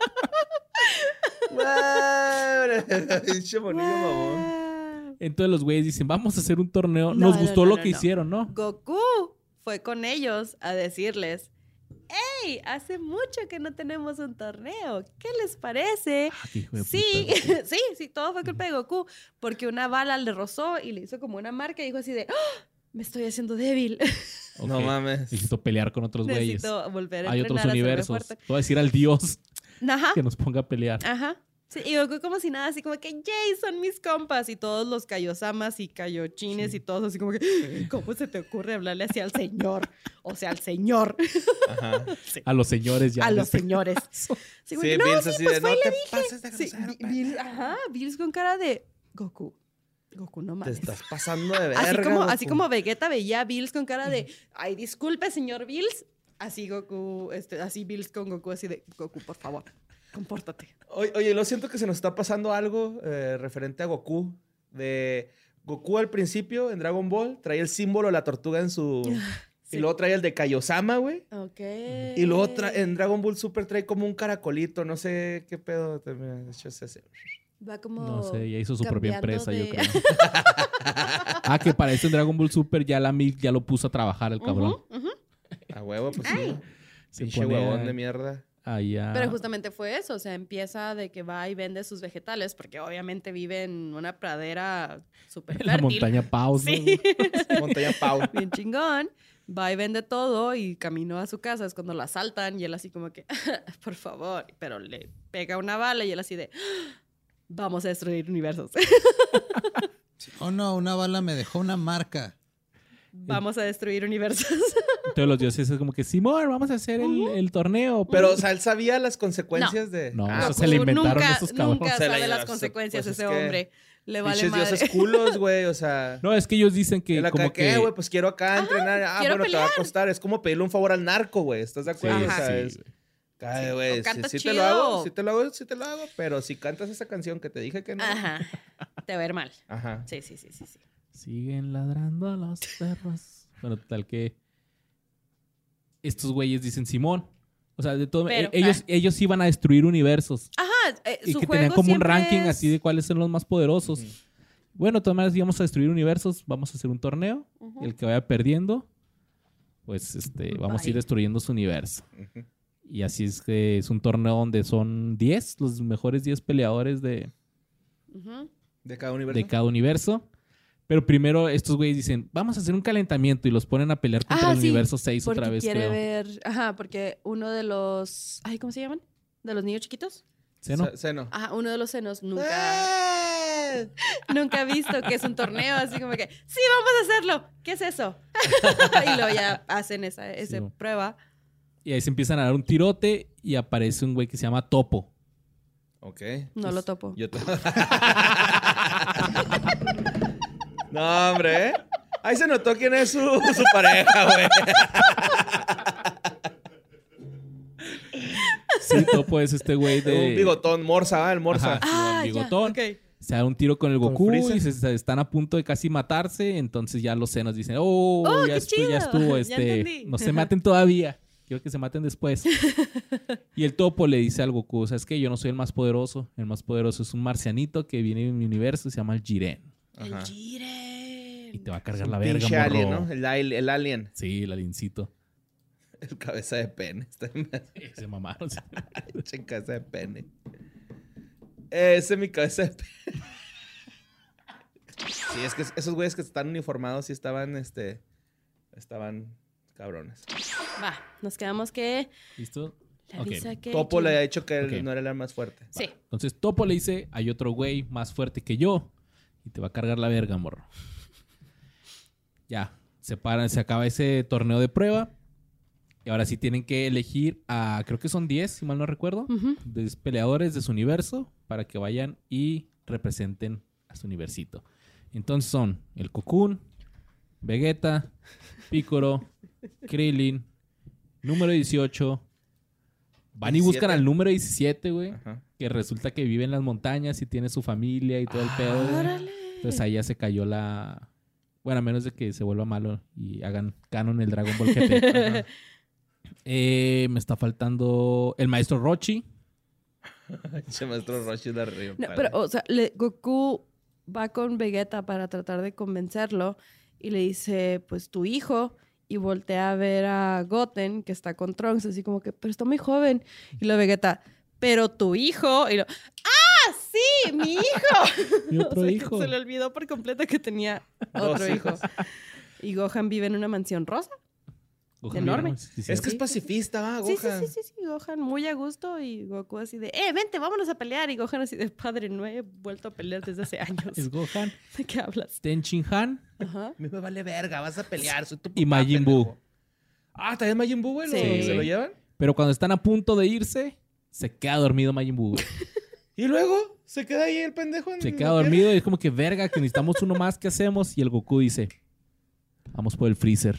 Güey, pinche bonillo, mamón. entonces los güeyes dicen, vamos a hacer un torneo. No, Nos no, gustó no, lo no, que no. hicieron, ¿no? Goku fue con ellos a decirles, ¡Hey! Hace mucho que no tenemos un torneo. ¿Qué les parece? Ah, qué hijo de Sí, puta. sí, sí, todo fue culpa de Goku. Porque una bala le rozó y le hizo como una marca y dijo así de, ¡Ah! Me estoy haciendo débil. Ok. No mames. Necesito pelear con otros güeyes. Necesito volver a Hay entrenar, otros a hacerme universos. fuerte. Te voy a decir al dios Ajá, que nos ponga a pelear. ajá. Sí, y Goku como si nada, así como que, ¡yay! Son mis compas. Y todos los Kaiosamas y Kaiochines y todos así como que, ¿cómo se te ocurre hablarle así al señor? O sea, al señor. Ajá. A los señores ya. a los de- señores. Sí, Sí, como que, no, Bills sí, así pues de, fue no y te le pases de Sí, grosero, Bi- Bill- ajá, Bills con cara de Goku. Goku, no Te mames. estás pasando de verga. Así como, así Goku. como Vegeta veía a Bills con cara de, ay, disculpe, señor Bills. Así Goku, este, así Bills con Goku, así de, Goku, por favor, compórtate. Oye, oye, lo siento que se nos está pasando algo eh, referente a Goku. De Goku al principio en Dragon Ball trae el símbolo de la tortuga en su... Sí. Y luego trae el de Kaiosama, güey. Ok. Y luego tra- en Dragon Ball Super trae como un caracolito, no sé qué pedo. te- mira, de hecho, es ese. Va como No sé, ya hizo su propia cambiando empresa, yo de- creo. Ah, que para eso en Dragon Ball Super ya la Milk ya lo puso a trabajar el cabrón. Ujú, ujú. A huevo, pues sí. Se Pinche pone a- huevón de mierda. Allá. Pero justamente fue eso, o sea, empieza de que va y vende sus vegetales, porque obviamente vive en una pradera súper En la fértil. montaña Paus, ¿no? Sí. Montaña Pau. Bien chingón. Va y vende todo y caminó a su casa. Es cuando lo asaltan y él así como que, por favor. Pero le pega una bala y él así de, vamos a destruir universos. Oh, no, una bala me dejó una marca. vamos a destruir universos. Entonces los dioses es como que, Simón, vamos a hacer el, el torneo. Pero, o sea, él sabía las consecuencias de... No, Ah, eso pues, se le Goku inventaron nunca, esos cabrones. Nunca Se la sabe las lleva- consecuencias pues, ese es que hombre. Le vale pinches madre. dioses culos, güey, o sea... No, es que ellos dicen que él acá, como ¿qué, que... güey? Pues quiero acá entrenar. Ah, quiero bueno, te va a pelear. costar. Es como pedirle un favor al narco, güey. ¿Estás de Sí, acuerdo? Ajá. O sea, sí, es... güey. Ay, O güey, sí, cantas sí te lo chido. hago, sí te lo hago, sí te lo hago. Pero si cantas esa canción que te dije que no... Ajá. Te va a ir mal. Ajá. Sí, sí, sí, sí, sí. Siguen ladrando los perros. Bueno, total que estos güeyes dicen Simón. O sea, de todo, Pero, eh, ellos, ah. ellos iban a destruir universos. Ajá. eh, Y su que juego tenían como un siempre ranking es- así de cuáles son los más poderosos. Ujú. Bueno, de todas maneras íbamos a destruir universos. Vamos a hacer un torneo. Ujú. Y el que vaya perdiendo, pues este, vamos a ir Bye. destruyendo su universo. Ujú. Y así es que es un torneo donde son diez, los mejores diez peleadores de, Ujú. De cada universo. de cada universo. Pero primero estos güeyes dicen, vamos a hacer un calentamiento y los ponen a pelear contra Ah, el sí, universo seis Porque otra vez, quiere creo. ver... Ajá, porque uno de los... Ay, ¿cómo se llaman? ¿De los niños chiquitos? ¿Seno? Se- Seno. Ajá, uno de los senos nunca... ¡Eh! Nunca ha visto que es un torneo, así como que, sí, vamos a hacerlo. ¿Qué es eso? y luego ya hacen esa, esa Sí. prueba. Y ahí se empiezan a dar un tirote y aparece un güey que se llama Topo. Ok. No lo topo. Yo te... No, hombre, ¿eh? Ahí se notó quién es su, su pareja, güey. Sí, Topo es este güey de... Un bigotón, Morsa, ¿va? El Morsa. Ajá. Ah, el ya, bigotón. ok. Se da un tiro con el Con Goku Freezer. y se, se están a punto de casi matarse. Entonces ya los senos dicen, oh, Oh, ya, qué estuvo, ya chido. estuvo. Ya Este, entendí. no se maten todavía. Quiero que se maten después. Y el Topo le dice al Goku, ¿sabes qué? Yo no soy el más poderoso. El más poderoso es un marcianito que viene de mi universo y se llama el Jiren. El Ajá. Jiren. Y te va a Es cargar un la verga, pinche morro. alien, ¿no? El, al- el alien. Sí, el aliencito. El cabeza de pene. Está en Se mamaron. sí. pinche cabeza de pene. Ese es mi cabeza de pene. Sí, es que esos güeyes que están uniformados sí estaban, este... Estaban cabrones. Va, nos quedamos que... ¿Listo? Le Ok. avisa que... Topo le había dicho que él Ok. no era el más fuerte. Sí. Entonces Topo le dice, hay otro güey más fuerte que yo y te va a cargar la verga, morro. Ya, se paran, se acaba ese torneo de prueba y ahora sí tienen que elegir a, creo que son diez, si mal no recuerdo, Ujú. de peleadores de su universo para que vayan y representen a su universito. Entonces son el Cocoon, Vegeta, Piccolo, Krillin, número dieciocho. Van y buscan diecisiete. al número diecisiete, güey. Ajá. Que resulta que vive en las montañas y tiene su familia y todo el pedo. güey. Órale. Entonces ahí ya se cayó la... Bueno, a menos de que se vuelva malo y hagan canon el Dragon Ball G T. Ajá. Eh, me está faltando el maestro Rochi. Ese maestro Roshi de arriba. No, pero, o sea, le- Goku va con Vegeta para tratar de convencerlo y le dice, pues, tu hijo, y voltea a ver a Goten, que está con Trunks, así como que, pero está muy joven. Y lo Vegeta, pero tu hijo, y lo, ¡ah, sí, mi hijo! Mi otro O sea, que hijo. se le olvidó por completo que tenía Dos otro hijo. hijos. Y Gohan vive en una mansión rosa. Gohan Enorme. Vieron, sí, sí, Es que es Sí. pacifista, ¿va? Sí, sí, Gohan. sí, sí, sí, Gohan muy a gusto y Goku así de, eh, vente, vámonos a pelear. Y Gohan así de, padre, no he vuelto a pelear desde hace años. Es Gohan, ¿De qué hablas? Tenchin Han Ajá. A mí me vale verga, vas a pelear. Soy tu y papá, Majin Buu. pendejo. Ah, ¿también Majin Buu, güey? ¿Lo- Sí. ¿Se lo llevan? Pero cuando están a punto de irse, se queda dormido Majin Buu. güey. Y luego se queda ahí el pendejo. En Se la queda tierra. dormido y es como que verga, que necesitamos uno más, ¿qué hacemos? Y el Goku dice, vamos por el Freezer.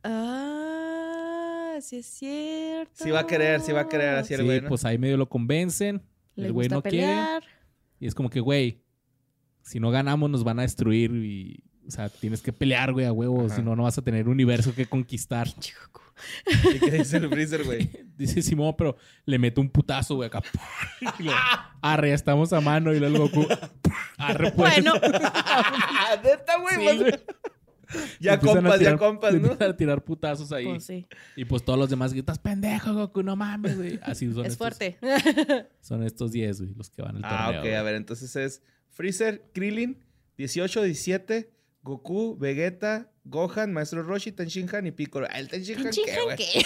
Ah, sí es cierto. Sí va a querer, sí va a querer así el Sí, güey, ¿no? pues ahí medio lo convencen. Le el güey gusta no pelear. quiere. Y es como que, güey, si no ganamos nos van a destruir y... O sea, tienes que pelear, güey, a huevo. Ajá. Si no, no vas a tener universo que conquistar. Goku. ¿Y qué dice el Freezer, güey? Dice Simón, pero le mete un putazo, güey, acá. Y luego, arre, ya estamos a mano. Y luego el Goku, arre, pues. Bueno, Neta, güey. Sí, pues- güey. Ya Empiezan a compas, tirar- ya compas, ¿no? empiezan a tirar putazos ahí. pues sí, Y pues todos los demás gritas, pendejo, Goku, no mames, güey. Así son es estos, fuerte. Son estos diez, güey, los que van al Ah, torneo. ok. güey. A ver, entonces es Freezer, Krillin, dieciocho, diecisiete, Goku, Vegeta, Gohan, Maestro Roshi, Tenshin Han y Piccolo. Ah, el Tenshin Han, ¿qué, Chinjan, güey? ¿qué?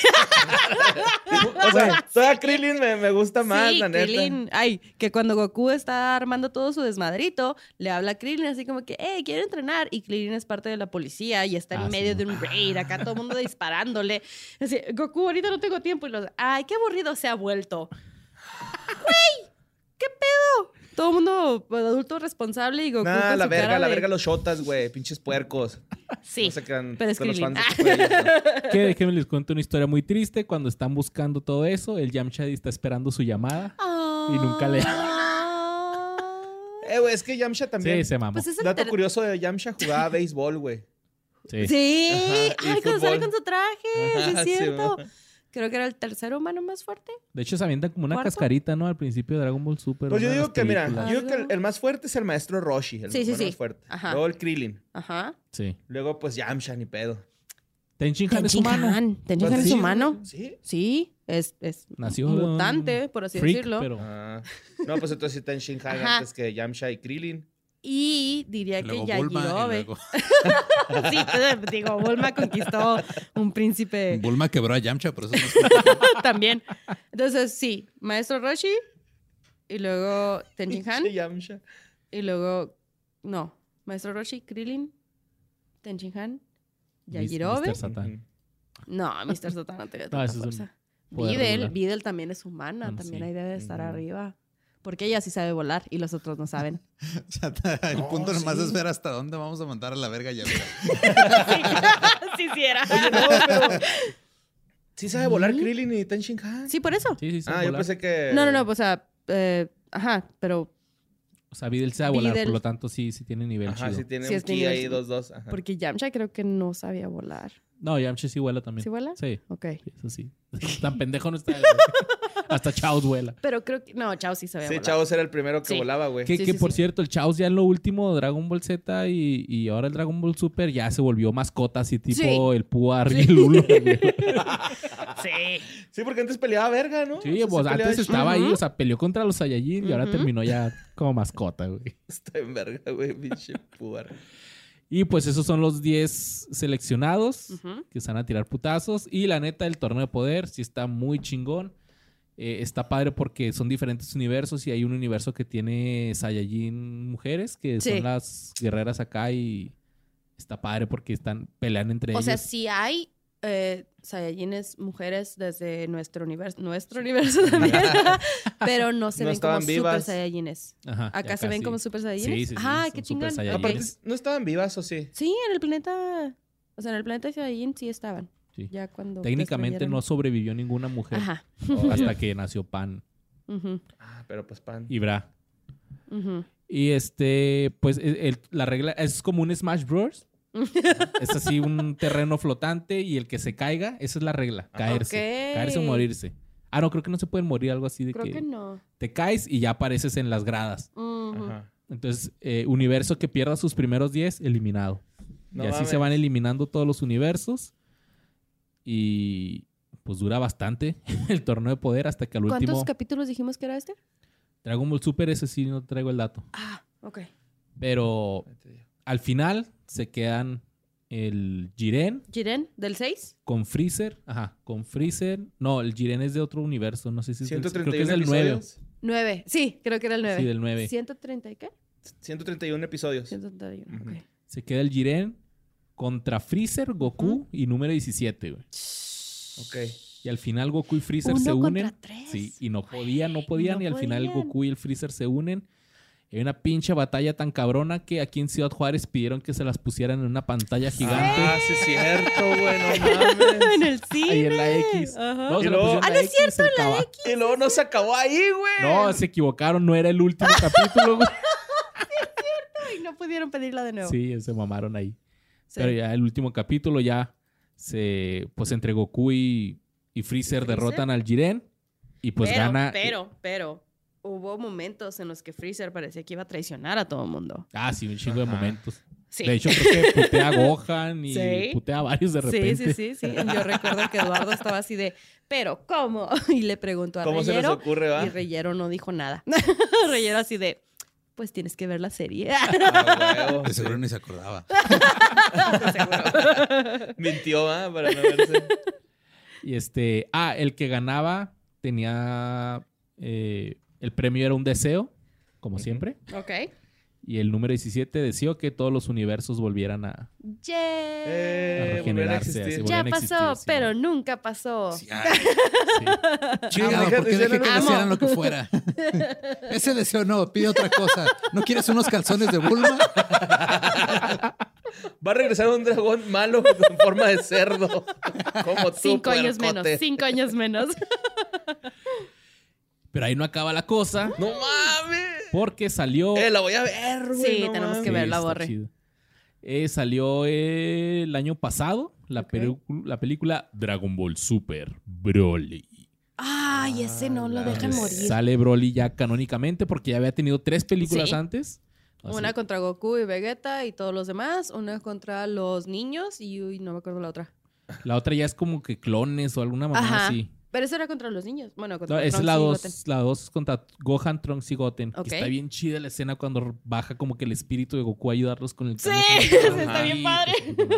O sea, toda Krillin me, me gusta más, Sí, la neta. Krillin. Ay, que cuando Goku está armando todo su desmadrito, le habla a Krillin así como que, eh, quiero entrenar. Y Krillin es parte de la policía y está en Ah, medio sí. de un raid, acá todo el mundo disparándole. Así, Goku, ahorita no tengo tiempo. Y los, ay, qué aburrido se ha vuelto. ¡Güey! ¿Qué pedo? Todo el mundo pues, adulto responsable y Goku Nah, con la su verga, cara la de- verga los shotas, güey. Pinches puercos. Sí, No se crean pero es con los Krillin. fans de estos güeyes, ¿no? Que déjenme les cuento una historia muy triste. Cuando están buscando todo eso, el Yamcha está esperando su llamada. Y nunca le- Ah. Eh, güey, es que Yamcha también. Sí, se mamó. Pues es el Dato ter- curioso de Yamcha, jugaba béisbol, güey. Sí. Sí, Ajá, y ay, cuando sale fútbol. con su traje, sí Ajá, es sí, cierto. ma. Creo que era el tercer humano más fuerte. De hecho, se avientan como una ¿Cuarto? cascarita, ¿no? Al principio de Dragon Ball Super. Pues yo una de digo las que, mira, películas. yo digo que el, el más fuerte es el maestro Roshi. El Sí, sí, humano sí. más fuerte. Ajá. Luego el Krillin. Ajá. Sí. Luego, pues, Yamcha, ni pedo. Tenchin Han es Tenchin humano. Han. Tenchin Pues Han es sí, humano. ¿Sí? Sí, es, es Nació de un mutante, por así freak, decirlo. pero... Ah. No, pues entonces sí Tenshin Han Ajá. antes que Yamcha y Krillin. Y diría Y que luego Bulma, y Yajirobe. luego Sí, pues, digo, Bulma conquistó un príncipe Bulma quebró a Yamcha, por eso no es también. Entonces, sí, Maestro Roshi. Y luego Tenchin Han. Pinche Yamcha. Y luego, no, Maestro Roshi, Krillin, Tenchin Han, Yajirobe. mister Satan. Ujú. No, mister Satan no tiene No, tanta ese es un fuerza. poder Videl, regular. Videl también es humana, Bueno, también sí. ahí debe de estar Ujú. arriba. Porque ella sí sabe volar y los otros no saben. O sea, el No, punto nomás sí. es ver hasta dónde vamos a mandar a la verga ya. Mira. sí, sí era. Oye, no, pero... ¿Sí sabe volar Krillin y Ten Shinhan? Sí, por eso. Sí, sí, sabe Ah, yo volar. pensé que... No, no, no, pues, o sea, eh, ajá, pero O sea, Videl sabe volar, Videl. por lo tanto sí, sí tiene nivel Ajá, chido. sí tiene Sí, un es ki nivel- ahí, dos, dos. Ajá. porque Yamcha creo que no sabía volar. No, Yamcha sí vuela también. ¿Sí vuela? Sí, Ok. eso sí. Tan pendejo no está. Hasta Chaos vuela. Pero creo que... No, Chao sí sabía Sí, volar. Chavos era el primero que Sí. volaba, güey. Que, Sí, que sí, por sí. cierto, el Chaos ya en lo último, Dragon Ball Z y, y ahora el Dragon Ball Super ya se volvió mascota así tipo Sí. el Puar y el Lulo. Sí. Sí, porque antes peleaba verga, ¿no? Sí, O sea, pues se peleaba antes chido. estaba ahí, o sea, peleó contra los Saiyajin y ahora Ujú. terminó ya como mascota, güey. Está en verga, güey, pinche puar. Y pues esos son los diez seleccionados Ujú. que se van a tirar putazos. Y la neta, el torneo de poder sí está muy chingón. Eh, está padre porque son diferentes universos y hay un universo que tiene Saiyajin mujeres, que Sí. son las guerreras acá y está padre porque están peleando entre O ellos. sea, sí hay eh, Saiyajines mujeres desde nuestro universo, nuestro universo también, pero no se No ven como estaban vivas. Super Saiyajines. Ajá, Acá ya se ven casi. como Super Saiyajines. Sí, sí, sí, Ah, son qué Super chingón. Saiyajines. Aparte, Ok. ¿no estaban vivas o sí? Sí, en el planeta, o sea, en el planeta Saiyajin sí estaban. Sí. Ya cuando Técnicamente no destruyeron- sobrevivió ninguna mujer Ajá. hasta que nació Pan Ujú, Ah, pero pues pan. y Bra. ujú. Y este, pues el- el- la regla es como un Smash Bros. Es así un terreno flotante y el que se caiga, esa es la regla, caerse. Ok. Caerse o morirse. Ah, no, creo que no se pueden morir, algo así de Creo que, que no. te caes y ya apareces en las gradas. Ujú. Ajá. Entonces, eh, universo que pierda sus primeros diez, eliminado. No y así mames. se van eliminando todos los universos. Y pues dura bastante el torneo de poder hasta que al ¿Cuántos último... capítulos dijimos que era este? Dragon Ball Super, ese sí no traigo el dato. Ah, ok. Pero al final se quedan el Jiren Jiren, del seis. con Freezer. Ajá, con Freezer. No, el Jiren es de otro universo. No sé si es del, ciento creo treinta y que es uno del nueve. episodios. Nueve. Sí, creo que era el nueve. Sí, del nueve. ¿ciento treinta y qué? ciento treinta y uno episodios. ciento treinta y uno, Ujú. ok. Se queda el Jiren contra Freezer, Goku y número diecisiete, güey. Ok. Y al final Goku y Freezer Uno se contra unen. tres. Sí, y no podían, no podían. no y al final podían. Goku y el Freezer se unen. Hay una pinche batalla tan cabrona que aquí en Ciudad Juárez pidieron que se las pusieran en una pantalla gigante. Ah, sí es cierto, güey, no mames. En el cine. Ahí en la X. Ajá. No, Y se la luego- pusieron Ah, en no es X, se acaba- Y luego no se acabó ahí, güey. No, se equivocaron, no era el último capítulo, güey. Ay, no pudieron pedirla de nuevo. Sí, se mamaron ahí. Sí. Pero ya el último capítulo ya se, pues entre Goku y, y Freezer, ¿Freezer? derrotan al Jiren y pues pero, gana. Pero, pero, hubo momentos en los que Freezer parecía que iba a traicionar a todo el mundo. Ah, sí, un chingo de Ajá. momentos. Sí. De hecho, creo que putea a Gohan y Sí. putea a varios de Sí, repente. sí, sí, sí. Yo recuerdo que Eduardo estaba así de, ¿pero cómo? Y le preguntó a ¿Cómo se les Reyero. ocurre, va? Y Reyero no dijo nada. Reyero así de, pues tienes que ver la serie. Ah, huevo, De sí. seguro ni se acordaba. Seguro. Mintió, ¿va? Para no verse. Y este, ah, el que ganaba tenía, eh, el premio era un deseo, como Ujú. siempre. Ok. Y el número diecisiete deseó que todos los universos volvieran a, Yeah. Eh, a regenerarse. volver a así, existir. volver Ya a existir, pasó, sí, pero ¿no? nunca pasó. Sí, ay, Sí. chingado, deja- ¿por qué dice, dejé no, que no, desearan no. lo que fuera? Ese deseo no, pide otra cosa. ¿No quieres unos calzones de Bulma? Va a regresar un dragón malo con forma de cerdo. Como tú, Cinco años puercote. menos, cinco años menos. Pero ahí no acaba la cosa, ¡No mames! porque salió... Eh, la voy a ver, güey. Sí, no tenemos mames. que verla, está Borre. chido. Eh, salió eh, el año pasado la, Ok. pelu- la película Dragon Ball Super Broly. Ay, ese no lo la dejan vez. morir. Sale Broly ya canónicamente porque ya había tenido tres películas Sí. antes. Así- Una contra Goku y Vegeta y todos los demás. Una contra los niños y uy, no me acuerdo la otra. La otra ya es como que clones o alguna mamá Ajá. así. Pero eso era contra los niños. Bueno, contra No, esa es Trunks la y dos, Goten. la dos contra Gohan, Trunks y Goten. Ok. Que está bien chida la escena cuando baja como que el espíritu de Goku a ayudarlos con el Sí, cambio. está bien padre.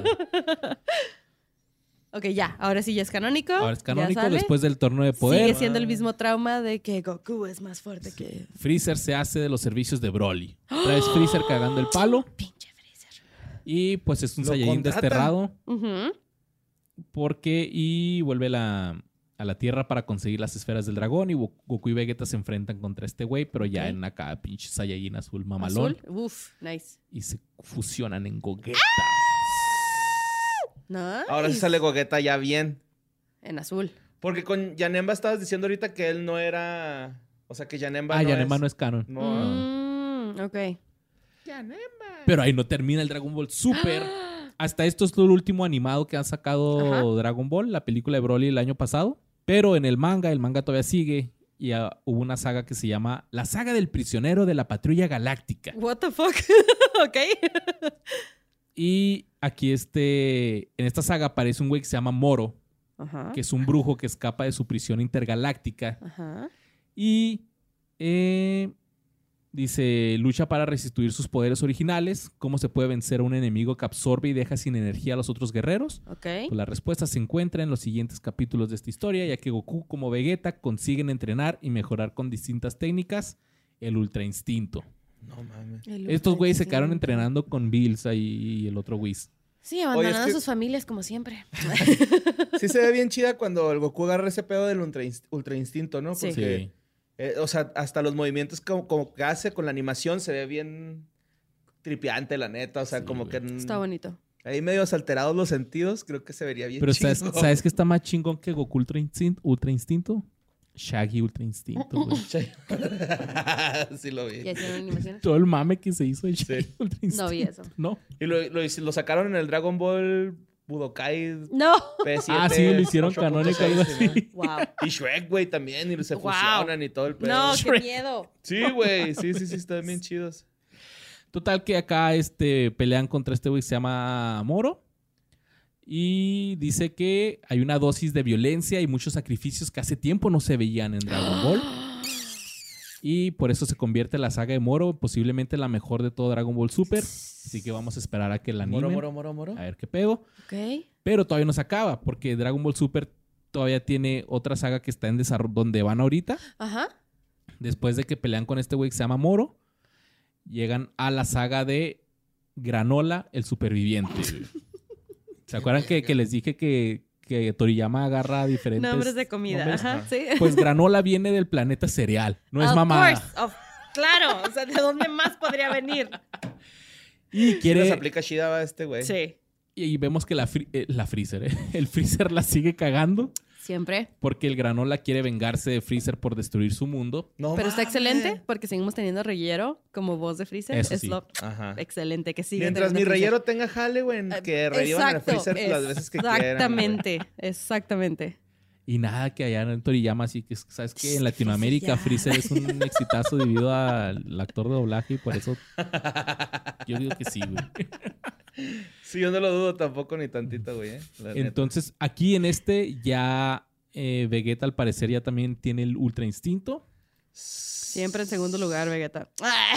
Ok, ya. Ahora sí ya es canónico. Ahora es ya canónico sale. después del torneo de poder. Sigue siendo el mismo trauma de que Goku es más fuerte que... Freezer se hace de los servicios de Broly. Traes Freezer cagando el palo Pinche Freezer. y pues es un Lo Saiyajin contratan. desterrado Ujú. porque y vuelve la, a la Tierra para conseguir las esferas del dragón y Go- Goku y Vegeta se enfrentan contra este güey, pero ya Ok. en acá pinche Saiyajin azul mamalón. Azul. Uf, nice. Y se fusionan en Gogeta. Nice. Ahora sí sale Gogeta ya bien. En azul. Porque con Yanemba estabas diciendo ahorita que él no era... O sea, que Yanemba Ah, no Yanemba es... no es canon. No. Mm, ok. Pero ahí no termina el Dragon Ball Super. Hasta esto es lo último animado que ha sacado Ajá. Dragon Ball, la película de Broly el año pasado. Pero en el manga, el manga todavía sigue. Y ah, hubo una saga que se llama La Saga del Prisionero de la Patrulla Galáctica. What the fuck. Ok. Y aquí este, en esta saga aparece un güey que se llama Moro, Ajá. que es un brujo que escapa de su prisión intergaláctica. Ajá. Y eh, dice, lucha para restituir sus poderes originales. ¿Cómo se puede vencer a un enemigo que absorbe y deja sin energía a los otros guerreros? Ok. Pues la respuesta se encuentra en los siguientes capítulos de esta historia, ya que Goku como Vegeta consiguen entrenar y mejorar con distintas técnicas el Ultra Instinto. No mames. El Estos güeyes se ultra quedaron instinto. entrenando con Bills ahí y el otro Whis. Sí, abandonando es que- a sus familias como siempre. Sí se ve bien chida cuando el Goku agarra ese pedo del ultra, inst- ultra instinto, ¿no? Sí. Porque, eh, o sea, hasta los movimientos como, como que hace con la animación se ve bien tripiante, la neta. O sea, Sí, como güey. que... mm, Está bonito. Ahí medios alterados los sentidos, creo que se vería bien Pero chido. ¿sabes, ¿sabes qué está más chingón que Goku Ultra Instinto? Ultra Instinto? Shaggy Ultra Instinto, güey. Sí lo vi. ¿Y hicieron animaciones? Todo el mame que se hizo de Shaggy Sí. Ultra Instinto. No vi eso. No. Y lo, lo, lo sacaron en el Dragon Ball Budokai No. P siete. Ah, sí, lo hicieron ocho canónico, punto algo seis, así. Wow. Y Shrek, güey, también. Y se Wow. fusionan y todo el pedo. No, qué Shrek. miedo. Sí, güey. Sí, sí, sí, están bien chidos. Total que acá este, pelean contra este güey que se llama Moro. Y dice que hay una dosis de violencia y muchos sacrificios que hace tiempo no se veían en Dragon Ball. Y por eso se convierte la saga de Moro posiblemente la mejor de todo Dragon Ball Super. Así que vamos a esperar a que la animen. Moro, moro, moro, moro. A ver qué pedo. Ok. Pero todavía no se acaba porque Dragon Ball Super todavía tiene otra saga que está en desarrollo donde van ahorita. Ajá. Después de que pelean con este güey que se llama Moro, llegan a la saga de Granola, el superviviente. güey. ¿Se acuerdan que, que les dije que, que Toriyama agarra diferentes Nombres de comida. nombres? Ajá. Sí. Pues Granola viene del planeta cereal, no es Of mamada. course, of- Claro. O sea, ¿de dónde más podría venir? Y Sí quiere las aplica chida va este güey. Sí. y vemos que la, fri- eh, la Freezer, eh, el Freezer la sigue cagando Siempre. porque el Granola quiere vengarse de Freezer por destruir su mundo. No Pero está mames. excelente porque seguimos teniendo a Reyero como voz de Freezer. Eso es sí. lo Ajá. excelente que sigue. Mientras mi teniendo Freezer. reyero tenga jale, güey, en Eh, que revivan al exacto, Freezer las veces que quieran. güey. Exactamente. Exactamente. Y nada que allá en Toriyama, así que, ¿sabes qué? En Latinoamérica Freezer Freezer es un exitazo debido al actor de doblaje y por eso yo digo que sí, güey. Sí, yo no lo dudo tampoco ni tantito, güey. eh, la neta. Entonces, aquí en este ya eh, Vegeta al parecer ya también tiene el Ultra Instinto. Siempre en segundo lugar, Vegeta. ¡Ah!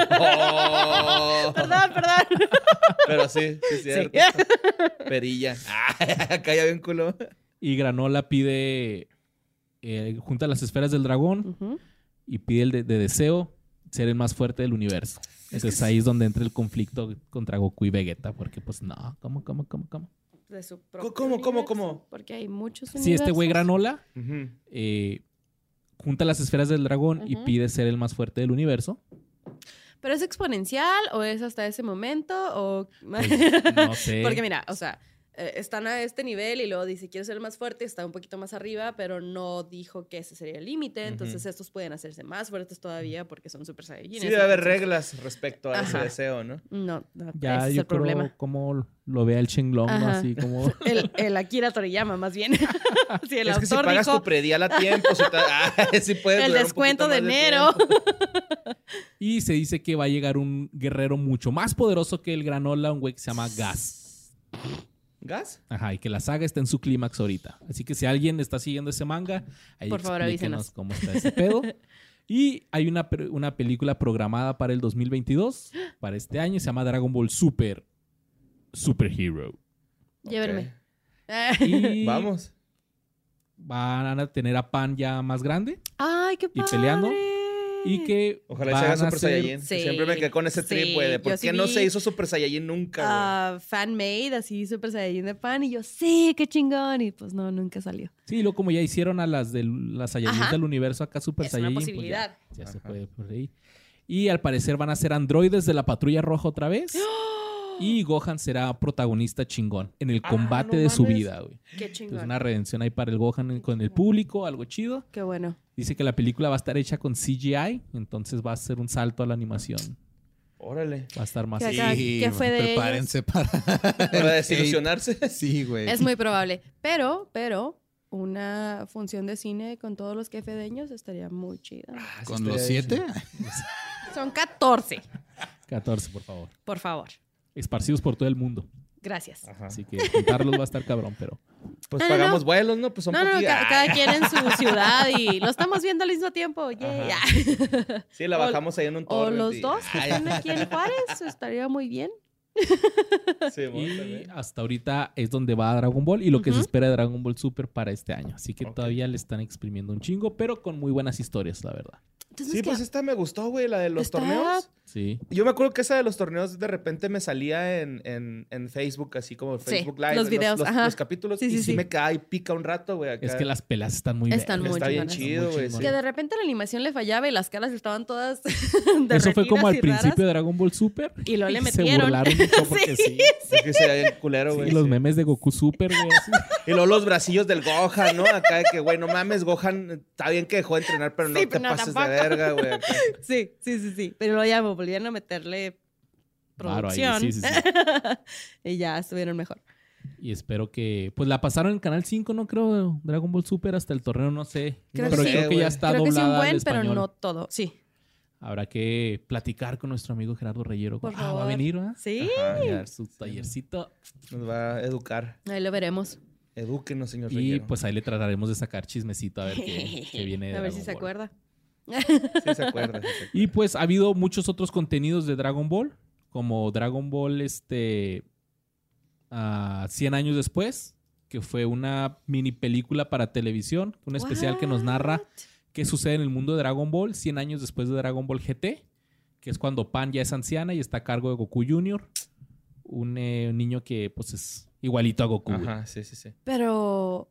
Oh. Perdón, perdón. Pero sí, sí es cierto. Perilla. Ah, acá ya bien culo. Y Granola pide, eh, junta las esferas del dragón Ujú. y pide el de, de deseo ser el más fuerte del universo. Entonces ahí es donde entra el conflicto contra Goku y Vegeta, porque pues no, ¿cómo, cómo, cómo, cómo? De su propio ¿Cómo, cómo, universo, cómo? Porque hay muchos Sí, este güey universos. Granola Ujú. eh, junta las esferas del dragón y Ujú. pide ser el más fuerte del universo. ¿Pero es exponencial o es hasta ese momento? O... Pues, no sé. Porque mira, o sea, eh, están a este nivel y luego dice, quiero ser el más fuerte, está un poquito más arriba, pero no dijo que ese sería el límite. Entonces Ujú. estos pueden hacerse más fuertes todavía porque son super saiyajines. Sí, debe haber entonces- reglas respecto a ese Ajá. deseo, ¿no? No, no Ya ese es yo el creo problema. cómo lo vea el Shenlong, ¿no? Ajá. Así como... El, el Akira Toriyama, más bien. Sí, el es que si autor pagas dijo, tu predial a tiempo, si te- ah, sí puedes el durar un descuento poquito de más enero. tiempo. Y se dice que va a llegar un guerrero mucho más poderoso que el Granola, un güey que se llama Gas. ¿Gas? Ajá, y que la saga está en su clímax ahorita. Así que si alguien está siguiendo ese manga, ahí Por favor, explíquenos avísenos. cómo está ese pedo. Y hay una, pre- una película programada para el dos mil veintidós, para este año, se llama Dragon Ball Super, Super Hero. Llévenme. Y Vamos. van a tener a Pan ya más grande. Ay, qué ¿Y padre. peleando? Y que Ojalá van se haga a Super hacer- Saiyajin. Sí, Siempre me quedé con ese trip, sí, güey. de ¿Por yo qué sí no vi, se hizo Super Saiyajin nunca, güey? Ah, fan-made, así Super Saiyajin de pan. Y yo, sí, qué chingón. Y pues no, nunca salió. Sí, luego como ya hicieron a las de las Saiyajins Ajá. del universo acá Super Es una Saiyajin, pues posibilidad. ya, ya se Ajá. puede por ahí. Y al parecer van a ser androides de la Patrulla Roja otra vez. Y Gohan será protagonista chingón en el Ah, combate no de su mames. vida, güey. Qué Es chingón. una redención ahí para el Gohan con el público, algo chido. Qué bueno. Dice que la película va a estar hecha con C G I, entonces va a ser un salto a la animación. Órale. Va a estar más... Que acá- ¿qué fue de prepárense para... Para desilusionarse. Sí, güey. Es muy probable. Pero, pero, una función de cine con todos los quefedeños estaría muy chida. Ah, sí ¿Con estaría los bien. siete? Son catorce, catorce, por favor. por favor. Esparcidos por todo el mundo. Gracias. Ajá. Así que juntarlos va a estar cabrón, pero... Pues No, no, pagamos no. vuelos, ¿no? Pues son No, no, poquillos. ca- cada quien en su ciudad y lo estamos viendo al mismo tiempo. Yeah. Sí, la o- bajamos ahí en un O torrent los y- dos que Ay, están aquí en Juárez, estaría muy bien. sí, bueno, Y también. hasta ahorita es donde va Dragon Ball y lo que se Ujú. espera de Dragon Ball Super para este año. Así que Ok. todavía le están exprimiendo un chingo, pero con muy buenas historias, la verdad. Entonces, Sí, ¿qué? pues esta me gustó, güey, la de los Está- torneos. Sí. Yo me acuerdo que esa de los torneos de repente me salía en, en, en Facebook, así como Sí, Facebook Live. los videos, los, ajá. los capítulos. Sí, y sí, sí, sí. me cae y pica un rato, güey. acá. Es que las pelas están muy Están vergas. muy Está bien chingonas. chido, Muy güey. chingón. sí. Que de repente la animación le fallaba y las caras estaban todas Eso fue como al derretidas y principio raras. de Dragon Ball Super. Y luego le se metieron. burlaron mucho porque sí. Es que se veía bien culero, Sí, güey. los sí. memes de Goku Super, güey. así. Y luego los bracillos del Gohan, ¿no? Acá de que, güey, no mames, Gohan está bien que dejó de entrenar, pero no Sí, te pero no, pases tampoco. de verga, güey. acá. Sí, sí, sí, sí. Pero luego ya me volvieron a meterle Claro, ahí, producción. sí, sí, sí. Y ya estuvieron mejor. Y espero que... Pues la pasaron en Canal cinco, ¿no? Creo. Dragon Ball Super hasta el torneo, no sé. Creo pero que sí, creo que güey. ya está Creo que sí un doblada al buen, pero español. no todo. Sí. Habrá que platicar con nuestro amigo Gerardo Reyero. Por ah, va a favor. venir, ¿verdad? Sí. Ajá, A dar su tallercito. nos va a educar. Ahí lo veremos. Edúquenos, señor Y Reyero. pues ahí le trataremos de sacar chismecito a ver qué, qué viene de A ver Dragon si se Ball. acuerda. Sí se acuerda, sí se acuerda. Y pues ha habido muchos otros contenidos de Dragon Ball, como Dragon Ball este ah, cien años después, que fue una mini película para televisión, un especial que nos narra What? qué sucede en el mundo de Dragon Ball cien años después de Dragon Ball G T, que es cuando Pan ya es anciana y está a cargo de Goku junior, un eh, niño que pues es igualito a Goku. güey. Ajá, sí, sí, sí. Pero.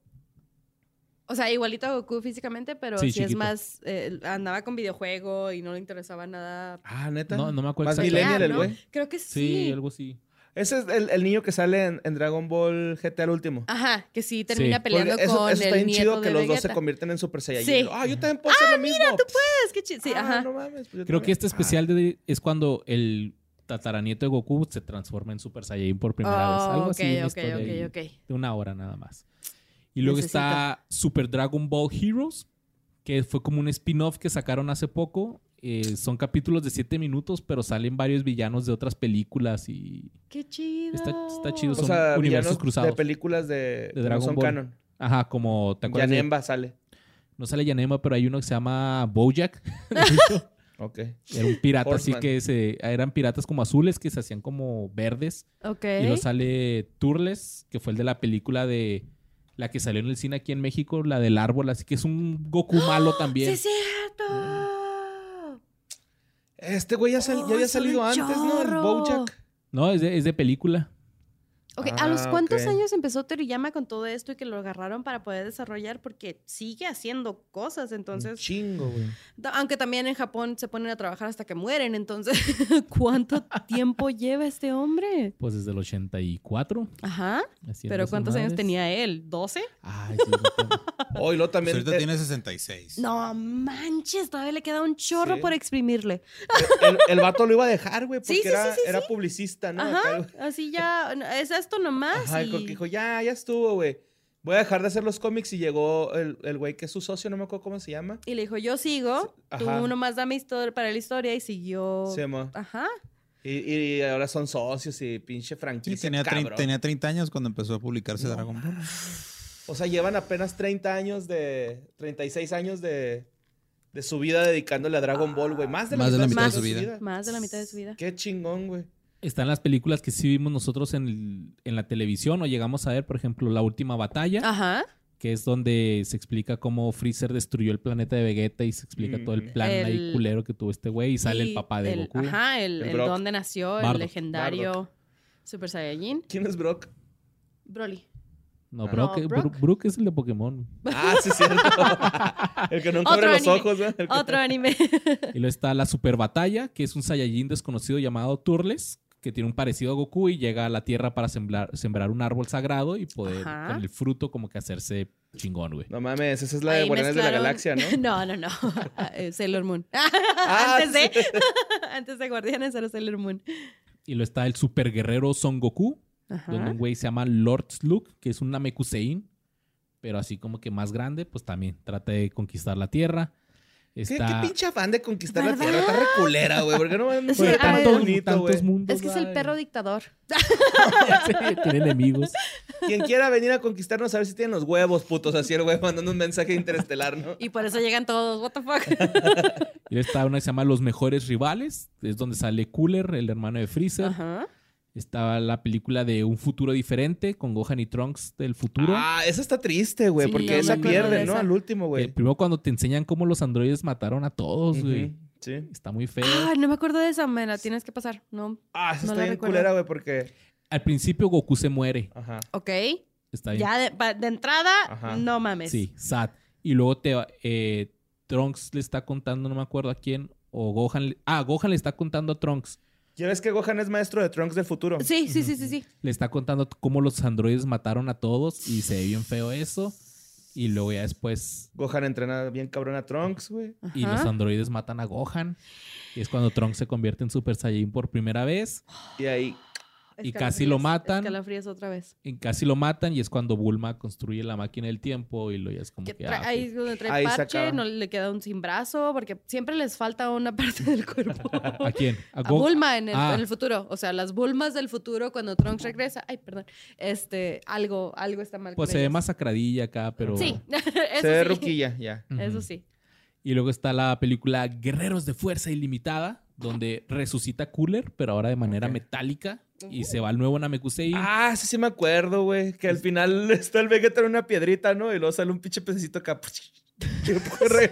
O sea, igualito a Goku físicamente, pero Sí, sí, es chiquito. más. eh, andaba con videojuego y no le interesaba nada. Ah, ¿neta? No, no me acuerdo Más exactamente. millennial el ¿no? güey. Creo que Sí, sí. algo así. Ese es el, el niño que sale en, en Dragon Ball G T al último. Ajá, que sí termina Sí. peleando Porque eso, con eso está el bien nieto chido que de los dos se Vegeta. convierten en Super Saiyajin. Sí. Ah, yo también puedo hacer lo mismo. Mira, tú puedes, qué chido. Sí, Ah, ajá. no mames. pues yo Creo que también. este especial de- es cuando el tataranieto de Goku se transforma en Super Saiyajin por primera vez. Algo Oh, así, ok, una ok, historia ok, ahí ok. de una hora nada más. Y luego Necesito. está Super Dragon Ball Heroes, que fue como un spin-off que sacaron hace poco. Eh, son capítulos de siete minutos, pero salen varios villanos de otras películas y... Qué chido. Está- está chido, O son sea, universos villanos cruzados. de películas de, que no Dragon son Ball. canon. Ajá, como... ¿Te acuerdas de- Yanemba sale. No sale Yanema, pero hay uno que se llama Bojack. Ok. Era un pirata, así Horseman. que se... Eran piratas como azules que se hacían como verdes. Ok. Y luego sale Turles, que fue el de la película de... La que salió en el cine aquí en México, la del árbol. Así que es un Goku malo también. ¡Sí es cierto! Este güey ya, sal- ya Oh, había son salido un antes, ¿no? El chorro. Bojack. No, es de, es de película. Ok, ¿a los Ah, cuántos ok. años empezó Toriyama con todo esto y que lo agarraron para poder desarrollar? Porque sigue haciendo cosas, Un entonces... chingo, güey. Da- Aunque también en Japón se ponen a trabajar hasta que mueren, entonces, ¿cuánto tiempo lleva este hombre? Pues desde el ochenta y cuatro. Ajá, haciendo pero esas ¿cuántos años madres. tenía él? ¿doce? Ay, sí, no tengo- Oh, y luego Pues también... ahorita eh, tiene sesenta y seis. No manches, todavía le queda un chorro Sí. por exprimirle. el, el vato lo iba a dejar, güey, porque Sí, sí, era, sí, sí, era publicista, ¿no? Ajá, Acá- así ya, es esto nomás. Ajá, y... creo que dijo, ya, ya estuvo, güey. Voy a dejar de hacer los cómics y llegó el el güey que es su socio, no me acuerdo cómo se llama. y le dijo, yo sigo, Sí, tú ajá. nomás dame historia para la historia y siguió. Se llama. Ajá. Y, y ahora son socios y pinche Sí, franquicia, tenía, trein- cabrón. tenía treinta años cuando empezó a publicarse No Dragon Ball. O sea, llevan apenas treinta años de... treinta y seis años de, de su vida dedicándole a Dragon Ball, güey. Más de la Más de la mitad, mitad de de su su vida. Más de la mitad de su vida. Qué chingón, güey. Están las películas que sí vimos nosotros en, el- en la televisión o llegamos a ver, por ejemplo, La Última Batalla, Ajá. que es donde se explica cómo Freezer destruyó el planeta de Vegeta y se explica Mm. todo el plan El- ahí culero que tuvo este güey y sale el Y papá de el- Goku. Ajá, el, El el Brock. donde nació, el Bardock. legendario Super Saiyajin. ¿Quién es Brock? Broly. No, Ah. Brock, No, eh, Brock. Bro- Brook es el de Pokémon. Ah, sí, es cierto. El que nunca Otro abre los anime. ojos, ¿no? El que- Otro anime. Y luego está la Super Batalla, que es un Saiyajin desconocido llamado Turles, que tiene un parecido a Goku y llega a la Tierra para sembrar, sembrar un árbol sagrado y poder Ajá. con el fruto como que hacerse chingón, güey. No mames, esa es la de Ahí Guardianes de la mezclaron- Galaxia, ¿no? No, no, no. Ah, eh, Sailor Moon. Ah, antes de sí. antes de Guardianes era Sailor Moon. Y luego está el Super Guerrero Son Goku, Ajá. donde un güey se llama Lord Slug, que es un Namekusein, pero así como que más grande, pues también trata de conquistar la Tierra. ¿Qué, Está... qué pinche afán de conquistar la ¿Verdad? Tierra? Está reculera, güey. ¿Por qué no van Sí, por el a tanto ver. bonito, tantos güey? mundos, Es que es el ay. perro dictador. Sí, tiene enemigos. Quien quiera venir a conquistarnos, a ver si tienen los huevos, putos. Así el güey mandando un mensaje interestelar, ¿no? Y por eso llegan todos. What the fuck. Y luego está una que se llama Los Mejores Rivales, es donde sale Cooler, el hermano de Freezer. Ajá. Estaba la película de Un Futuro Diferente con Gohan y Trunks del futuro. Ah, esa está triste, güey. Sí, porque no me esa acuerdo pierde, de ¿no? esa. Al último, Que güey. primero cuando te enseñan cómo los androides mataron a todos, güey. Ujú, sí. Está muy feo. Ah, no me acuerdo de esa. Me la tienes que pasar. No. Ah, esa No está la bien recuerdo. culera, güey, porque... Al principio Goku se muere. Ajá. Ok. Está bien. Ya de, pa- de entrada, Ajá. no mames. Sí, sad. Y luego te eh, Trunks le está contando, no me acuerdo a quién, o Gohan. le- Ah, Gohan le está contando a Trunks. Ya ves que Gohan es maestro de Trunks del futuro. Sí, sí, sí, sí, sí. Le está contando cómo los androides mataron a todos y se ve bien feo eso. Y luego ya después. Gohan entrena bien cabrón a Trunks, güey. Y Ajá. los androides matan a Gohan. Y es cuando Trunks se convierte en Super Saiyajin por primera vez. Y ahí... Y casi lo matan. Escalofríos otra vez. Y casi lo matan. Y es cuando Bulma construye la máquina del tiempo. Y luego ya es como Que que. tra- ah, ok. ahí es donde trae Ahí se parche, acaba. no le queda un sin brazo, porque siempre les falta una parte del cuerpo. ¿A quién? A, A Go- Bulma en el, Ah. en el futuro. O sea, las Bulmas del futuro, cuando Trunks regresa. Ay, perdón. Este, algo, algo está mal Pues con se ve ellas. masacradilla acá, pero. Sí, eso Se ve sí. ruquilla, ya. Ujú. Eso sí. Y luego está la película Guerreros de Fuerza Ilimitada, donde resucita Cooler, pero ahora de manera Ok. metálica. Y se va al nuevo Namekusei. Ah, sí, sí me acuerdo, güey. Que al final está el Vegeta en una piedrita, ¿no? Y luego sale un pinche pececito acá. Y corre.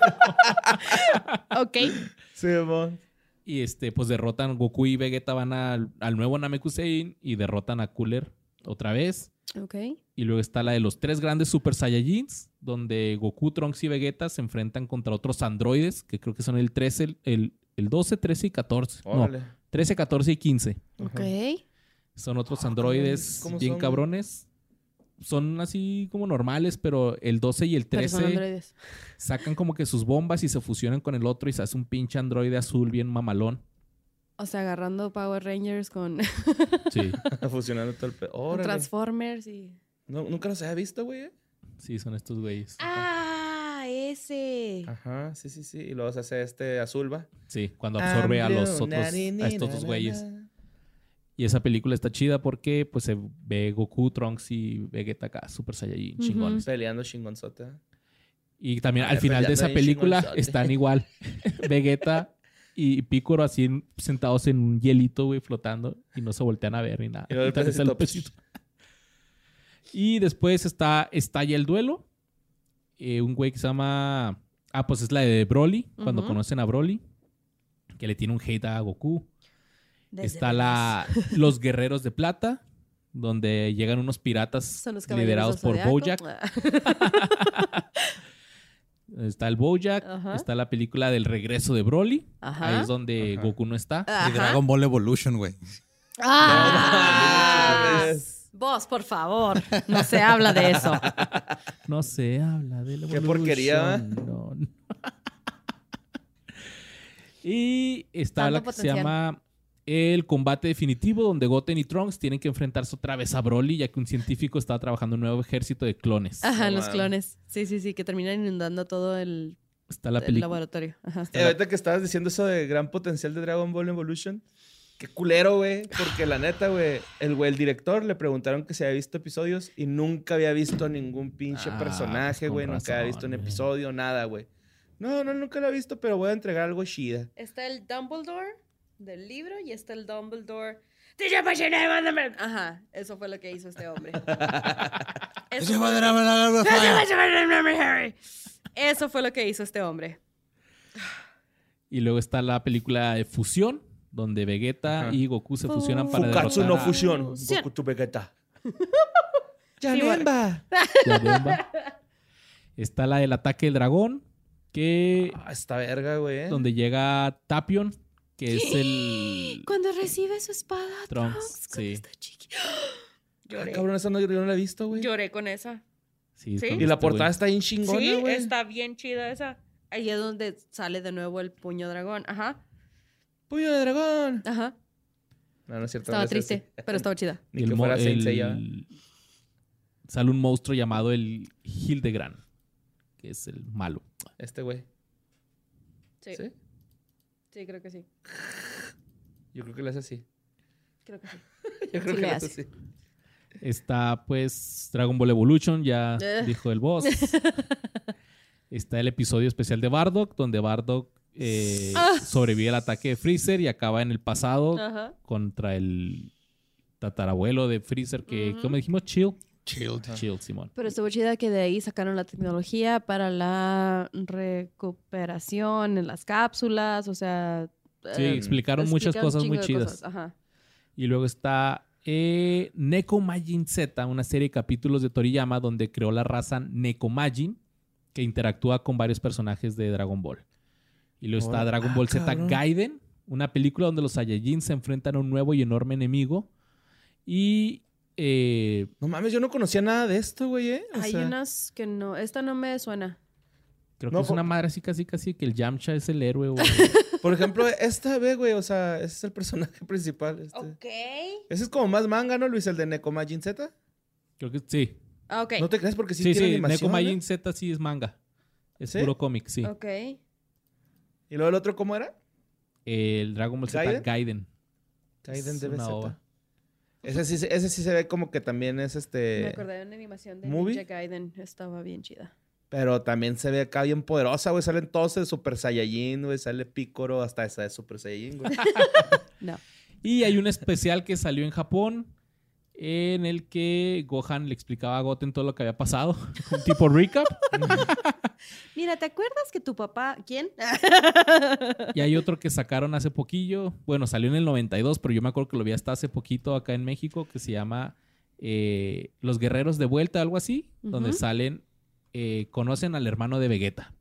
Ok. Sí, mon. Y este, pues derrotan Goku y Vegeta van al, al nuevo Namekusei y derrotan a Cooler otra vez. Ok. Y luego está la de los tres grandes Super Saiyajins, donde Goku, Trunks y Vegeta se enfrentan contra otros androides, que creo que son el trece, el, el, el doce, trece y catorce. Órale. No, trece, catorce y quince. Ok. Son otros Ah, androides ¿cómo- cómo bien son? cabrones. Son así como normales, pero el doce y el Pero son trece androides. sacan como que sus bombas y se fusionan con el otro y se hace un pinche androide azul bien mamalón. O sea, agarrando Power Rangers con, Sí, Fusionando todo el pe... con Órale. Transformers y... No, nunca los había visto, güey. ¿eh? sí, son estos güeyes. ¡Ah! Ese. Ajá, sí, sí, sí. Y luego se hace este azul, ¿va? Sí, cuando absorbe a los I'm otros, blue, a estos na, dos na, güeyes. na. Y esa película está chida porque pues se ve Goku, Trunks y Vegeta acá, Super Saiyajin, Ujú. chingones. Peleando chingonzote. Y también Ay, al final de peleando esa ahí película chingonzote. están igual Vegeta y Piccolo así en- sentados en un hielito, güey, flotando y no se voltean a ver ni nada. Y luego el Y también está el pececito, pecito. Y después está Estalla el Duelo. Eh, un güey que se llama... Ah, pues es la de Broly, cuando Ujú. conocen a Broly, que le tiene un hate a Goku. Desde Está lejos. la Los Guerreros de Plata, donde llegan unos piratas Son los caballeros liderados del por Zodiaco. Bojack. Está el Bojack, Ajá. está la película del regreso de Broly. Ajá. Ahí es donde Ajá. Goku no está. Ajá. Y Dragon Ball Evolution, güey. ¡Ah! No mames. Vos, por favor, no se habla de eso. No se habla de la Qué porquería, evolución, no, no. Y está Tanto la que potencial. se llama El Combate Definitivo, donde Goten y Trunks tienen que enfrentarse otra vez a Broly, ya que un científico está trabajando en un nuevo ejército de clones. Ajá, No los mames. clones. Sí, sí, sí, que terminan inundando todo el, Está la el película. laboratorio. Ajá. Eh, ahorita que estabas diciendo eso de gran potencial de Dragon Ball Evolution, qué culero, güey. Porque la neta, güey, el güey, el director le preguntaron que si había visto episodios y nunca había visto ningún pinche Ah, personaje, pues con güey. Nunca había visto un razón, güey. episodio, nada, güey. No, no, nunca lo he visto, pero voy a entregar algo chida. Está el Dumbledore del libro y está el Dumbledore. Did you put your name on the map? Ajá, eso fue lo que hizo este hombre. Eso fue... eso fue lo que hizo este hombre. Y luego está la película de Fusión, donde Vegeta Ajá. y Goku se fusionan para Fukatsu no derrotar a fusión. Fusión. Goku tu Vegeta. Yanemba. Yanemba. Está la del ataque del dragón, que Ah, esta verga, güey. ¿eh? donde llega Tapion, que es el Cuando recibe su espada, Trunks, Trunks, cuando sí. está chiqui. Ah, Lloré. cabrón, esa no, yo no la he visto, güey. Lloré con esa. Sí, ¿Sí? con Y la este portada güey. está bien chingona, Sí, güey. está bien chida esa. Ahí es donde sale de nuevo el puño dragón. Ajá, Puño de dragón. ajá. No, no es cierto. Estaba no es triste, así. pero estaba chida. Ni Y que el mo- fuera Saint el- Seiya. Sale un monstruo llamado el Hildegrand, que es el malo. Este güey. Sí, ¿Sí? sí, creo que sí. Yo creo que le hace así. Creo que sí. Yo creo Sí que le le hace hace. así. Está pues Dragon Ball Evolution, ya Ugh. dijo el boss. Está el episodio especial de Bardock, donde Bardock eh, Ah. sobrevive al ataque de Freezer y acaba en el pasado Ajá. contra el tatarabuelo de Freezer, que, Ujú. ¿cómo dijimos? Chill. Chilled. Chill, Simón. Pero estuvo chida que de ahí sacaron la tecnología para la recuperación en las cápsulas, o sea... Sí, eh, explicaron muchas explican un cosas chingo muy de chidas. cosas, Ajá. Y luego está eh, Nekomajin Z, una serie de capítulos de Toriyama donde creó la raza Nekomajin, que interactúa con varios personajes de Dragon Ball. Y luego está Ora- Dragon ah, Ball Z cabrón. Gaiden, una película donde los Saiyajin se enfrentan a un nuevo y enorme enemigo. Y eh, No mames, yo no conocía nada de esto, güey, ¿eh? O Hay sea, unas que no... Esta no me suena. creo No, que es por- una madre así casi casi que el Yamcha es el héroe. o- Por ejemplo, esta ve, güey, o sea, ese es el personaje principal. Este. Ok. Ese es como más manga, ¿no, Luis? El de Nekomajin Z. Creo que sí. Ah, ok. No te creas porque sí, Sí, tiene sí, animación. Nekomajin ¿eh? Z sí es manga. Es ¿Sí? puro cómic, sí. Ok. ¿Y luego el otro cómo era? El Dragon Ball Z ¿Gaiden? Gaiden. Gaiden Es de una B Z. ova. Ese sí, se- ese sí se ve como que también es Me este... acordé de una animación de ¿movie? Ninja Gaiden. Estaba bien chida. Pero también se ve acá bien poderosa, güey. Salen todos de Super Saiyajin, güey. Sale Piccolo hasta esa de Super Saiyajin, güey. No. Y hay un especial que salió en Japón en el que Gohan le explicaba a Goten todo lo que había pasado. Un tipo recap. Mira, ¿te acuerdas que tu papá... ¿Quién? Y hay otro que sacaron hace poquillo. Bueno, salió en el noventa y dos, pero yo me acuerdo que lo vi hasta hace poquito acá en México, que se llama eh, Los Guerreros de Vuelta, algo así, donde Ujú. salen, eh, conocen al hermano de Vegeta.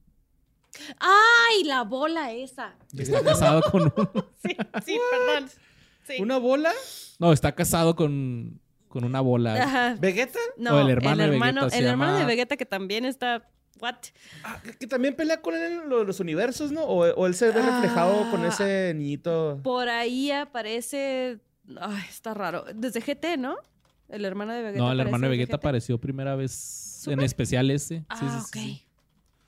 ¡Ay, la bola esa! Que está casado con un... Sí, sí, perdón. Sí. ¿Una bola? No, está casado con, con una bola. Ajá. ¿Vegeta? No, O el hermano de hermano, Vegeta se el hermano llama- de Vegeta que también está... ¿What? Ah, que, que también pelea con él en lo- los universos, ¿no? O, o él se ve reflejado con Ah. ese niñito. Por ahí aparece... Ay, está raro. Desde G T, ¿no? El hermano de Vegeta No, el aparece hermano de desde Vegeta G T. apareció primera vez en ¿Súper? especial ese. Sí, Ah, sí, sí, sí. ok.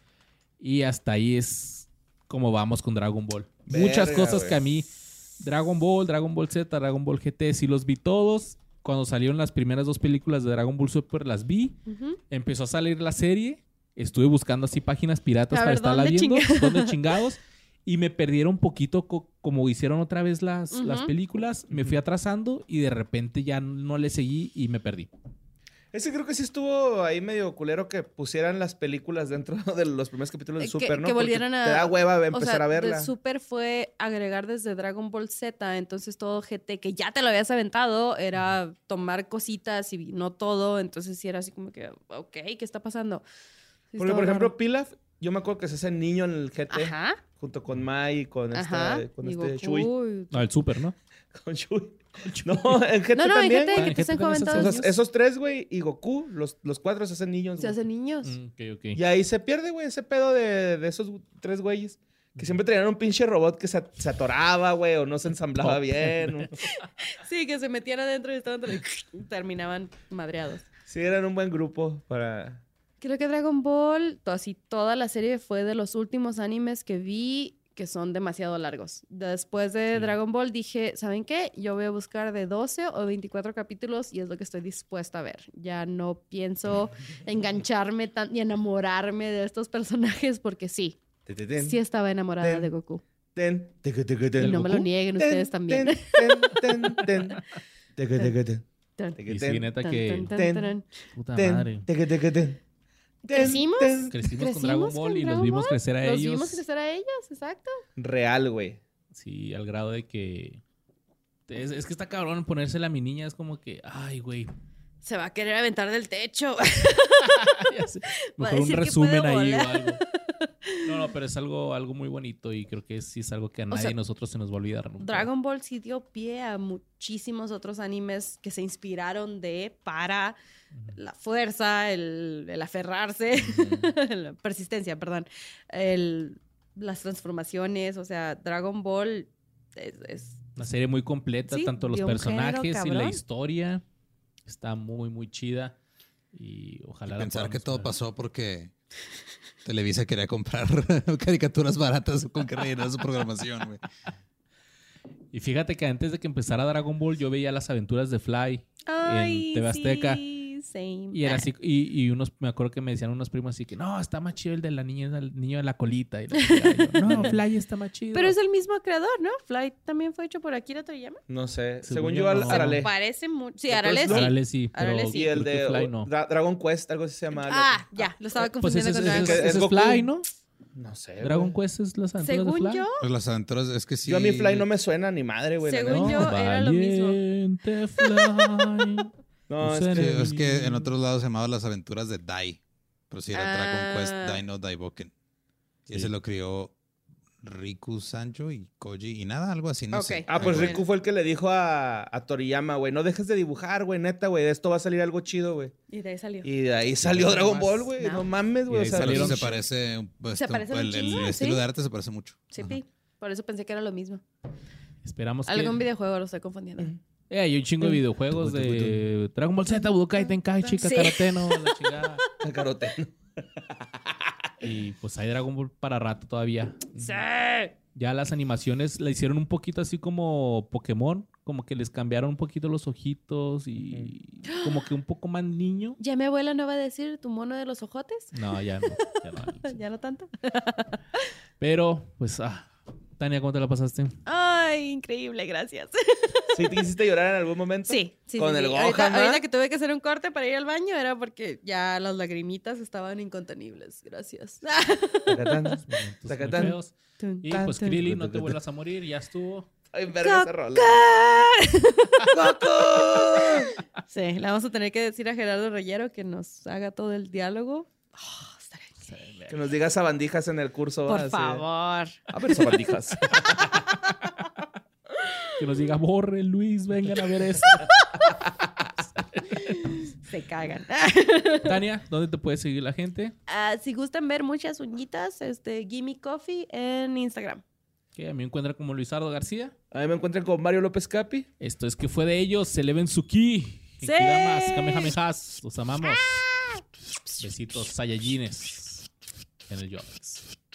Y hasta ahí es como vamos con Dragon Ball. Muchas Verga, cosas güey. que a mí, Dragon Ball, Dragon Ball Z, Dragon Ball G T, sí los vi todos. Cuando salieron las primeras dos películas de Dragon Ball Super, las vi. Ujú. Empezó a salir la serie. Estuve buscando así páginas piratas A para ver, estarla ¿dónde viendo. chingados? ¿Dónde chingados? Y me perdieron un poquito co- como hicieron otra vez las, Ujú. las películas. Me fui atrasando y de repente ya no le seguí y me perdí. Ese creo que sí estuvo ahí medio culero que pusieran las películas dentro de los primeros capítulos de Eh, Super, que, ¿no? que Porque volvieran a... te da hueva o empezar sea, a verla. de Super fue agregar desde Dragon Ball Z, entonces todo G T que ya te lo habías aventado era tomar cositas y no todo, entonces sí era así como que, ok, ¿qué está pasando? Sí Porque, estaba por ejemplo, raro. Pilaf, yo me acuerdo que es ese niño en el G T, Ajá, junto con Mai y con, ajá. esta, con y este Goku Shui. y- No, el Super, ¿no? Con Shui. No, en G T No, no, en también, G T güey. Ah, que en te G T están también se comentando. hacen O sea, esos tres, güey, y Goku, los, los cuatro se hacen niños. Se güey. hacen niños. Mm, ok, ok. Y ahí se pierde, güey, ese pedo de, de esos tres güeyes. Que siempre tenían un pinche robot que se, se atoraba, güey, o no se ensamblaba Oh. bien. o- Sí, que se metían adentro y estaban y terminaban madreados. Sí, eran un buen grupo para... Creo que Dragon Ball, to- así toda la serie fue de los últimos animes que vi que son demasiado largos. Después de Sí. Dragon Ball dije, ¿saben qué? Yo voy a buscar de doce o veinticuatro capítulos y es lo que estoy dispuesta a ver. Ya no pienso engancharme tan y enamorarme de estos personajes porque sí, Te, te, ten, sí estaba enamorada ten. de Goku. ten, teque, teque, ten. Y no me lo Goku? nieguen Ten, ustedes también. ten, ten, ten, ten. Teque, teque, ten. Tan, Teque, Y ten. sí, neta tan, que... tan, tan, ten. tan. Puta Ten, madre. teque, teque, ten. Ten, ¿Crecimos? ten. Crecimos, con Crecimos Dragon con Ball y los Dragon vimos Ball. crecer a Los ellos. vimos crecer a ellos, exacto. Real, güey. Sí, al grado de que... Es, es que está cabrón ponérsela a mi niña. Es como que... Ay, güey. Se va a querer aventar del techo. Ya sé. Va a Mejor un decir que resumen puede ahí o volar. algo. No, no, pero es algo, algo muy bonito y creo que sí es algo que a nadie sea, de nosotros se nos va a olvidar nunca. Dragon Ball sí dio pie a muchísimos otros animes que se inspiraron de, para la fuerza, el, el aferrarse, la persistencia, perdón, el, las transformaciones, o sea, Dragon Ball es... es- Una serie muy completa, Sí, tanto los dio un género personajes y la cabrón. historia. Está muy, muy chida. Y ojalá Y la pensar que podamos todo ver. pasó porque Televisa quería comprar caricaturas baratas con que rellenar su programación, güey. Y fíjate que antes de que empezara Dragon Ball, yo veía las aventuras de Fly Ay, en T V Azteca. sí, same. Y era así, y, y unos, me acuerdo que me decían unos primos así que no, está más chido el de la niña, el niño de la colita. Y la chingada. Y yo, no, Fly está más chido. Pero es el mismo creador, ¿no? Fly también fue hecho por Akira Toriyama. No sé. Según Según yo, yo, Al- no. Arale. Parece mucho. Sí, Entonces, Arale ¿no? sí. Arale sí, pero Arale sí. Y el creo que de Fly no. Dra- Dragon Quest, algo así se llama. Ah, ya, lo estaba Pues confundiendo ese, con ese- Dragon ese- Quest. Es ese es Goku. Fly, ¿no? No sé. Dragon güey. Quest es las aventuras de Según Fly. yo, Pues las aventuras, es que sí. Yo a mí Fly no me suena ni madre, güey. la Según neta. yo, era lo mismo. Valiente Fly. No, es Usted que... Sí, es que en otros lados se llamaban las aventuras de Dai. Pero sí era Ah. Dragon Quest Dai no Daiboken. Y Sí. ese lo crió Riku Sancho y Koji y nada, algo así, no Ok. sé. Ah, pues Bueno. Riku fue el que le dijo a, a Toriyama, güey, no dejes de dibujar, güey, neta, güey, de esto va a salir algo chido, güey. y de ahí salió. Y de ahí salió no Dragon más. Ball, güey, No. no mames, Y güey. O ahí sea, Pero sí salieron- se parece, un- Se esto- parece un el, el chingo, estilo sí. de arte se parece mucho. Sí, Ajá. pi. Por eso pensé que era lo mismo. Esperamos que... Algún videojuego lo estoy confundiendo. Eh, hay un chingo de videojuegos de Dragon Ball Z, Budokai Tenkaichi, Sí. Kakarote, no, la chingada. Carote. Y pues hay Dragon Ball para rato todavía. ¡Sí! Ya las animaciones la hicieron un poquito así como Pokémon, como que les cambiaron un poquito los ojitos y como que un poco más niño. ¿Ya mi abuela no va a decir tu mono de los ojotes? No, ya no, ya no. ¿Ya no tanto? Pero, pues, ah, Tania, ¿cómo te la pasaste? Ay, increíble, gracias. ¿Sí te quisiste llorar en algún momento? Sí, sí, Con sí, el sí. Gohan, Ahorita, ¿no? ahorita que tuve que hacer un corte para ir al baño era porque ya las lagrimitas estaban incontenibles. Gracias. Tacatán. Momentos muy Tacatán. feos. Y Tan, pues, tan. Krillin, no te vuelvas a morir, ya estuvo. Ay, verga esa rola. Sí, le vamos a tener que decir a Gerardo Reyero que nos haga todo el diálogo. Oh, estaría increíble. Que nos digas sabandijas en el curso. Por así. favor. A ver, sabandijas. Que nos diga, borre, Luis, vengan a ver esto. Se cagan. Tania, ¿dónde te puede seguir la gente? Ah, si gustan ver muchas uñitas, este, Gimme Coffee en Instagram. Que a mí me encuentra como Luisardo García. A mí me encuentran con Mario López Capi. Esto es que fue de ellos. Eleven su ki. ¡Sí! Genkidamas, kamehamehas. Los amamos. Besitos, Saiyajines. En el Yonex.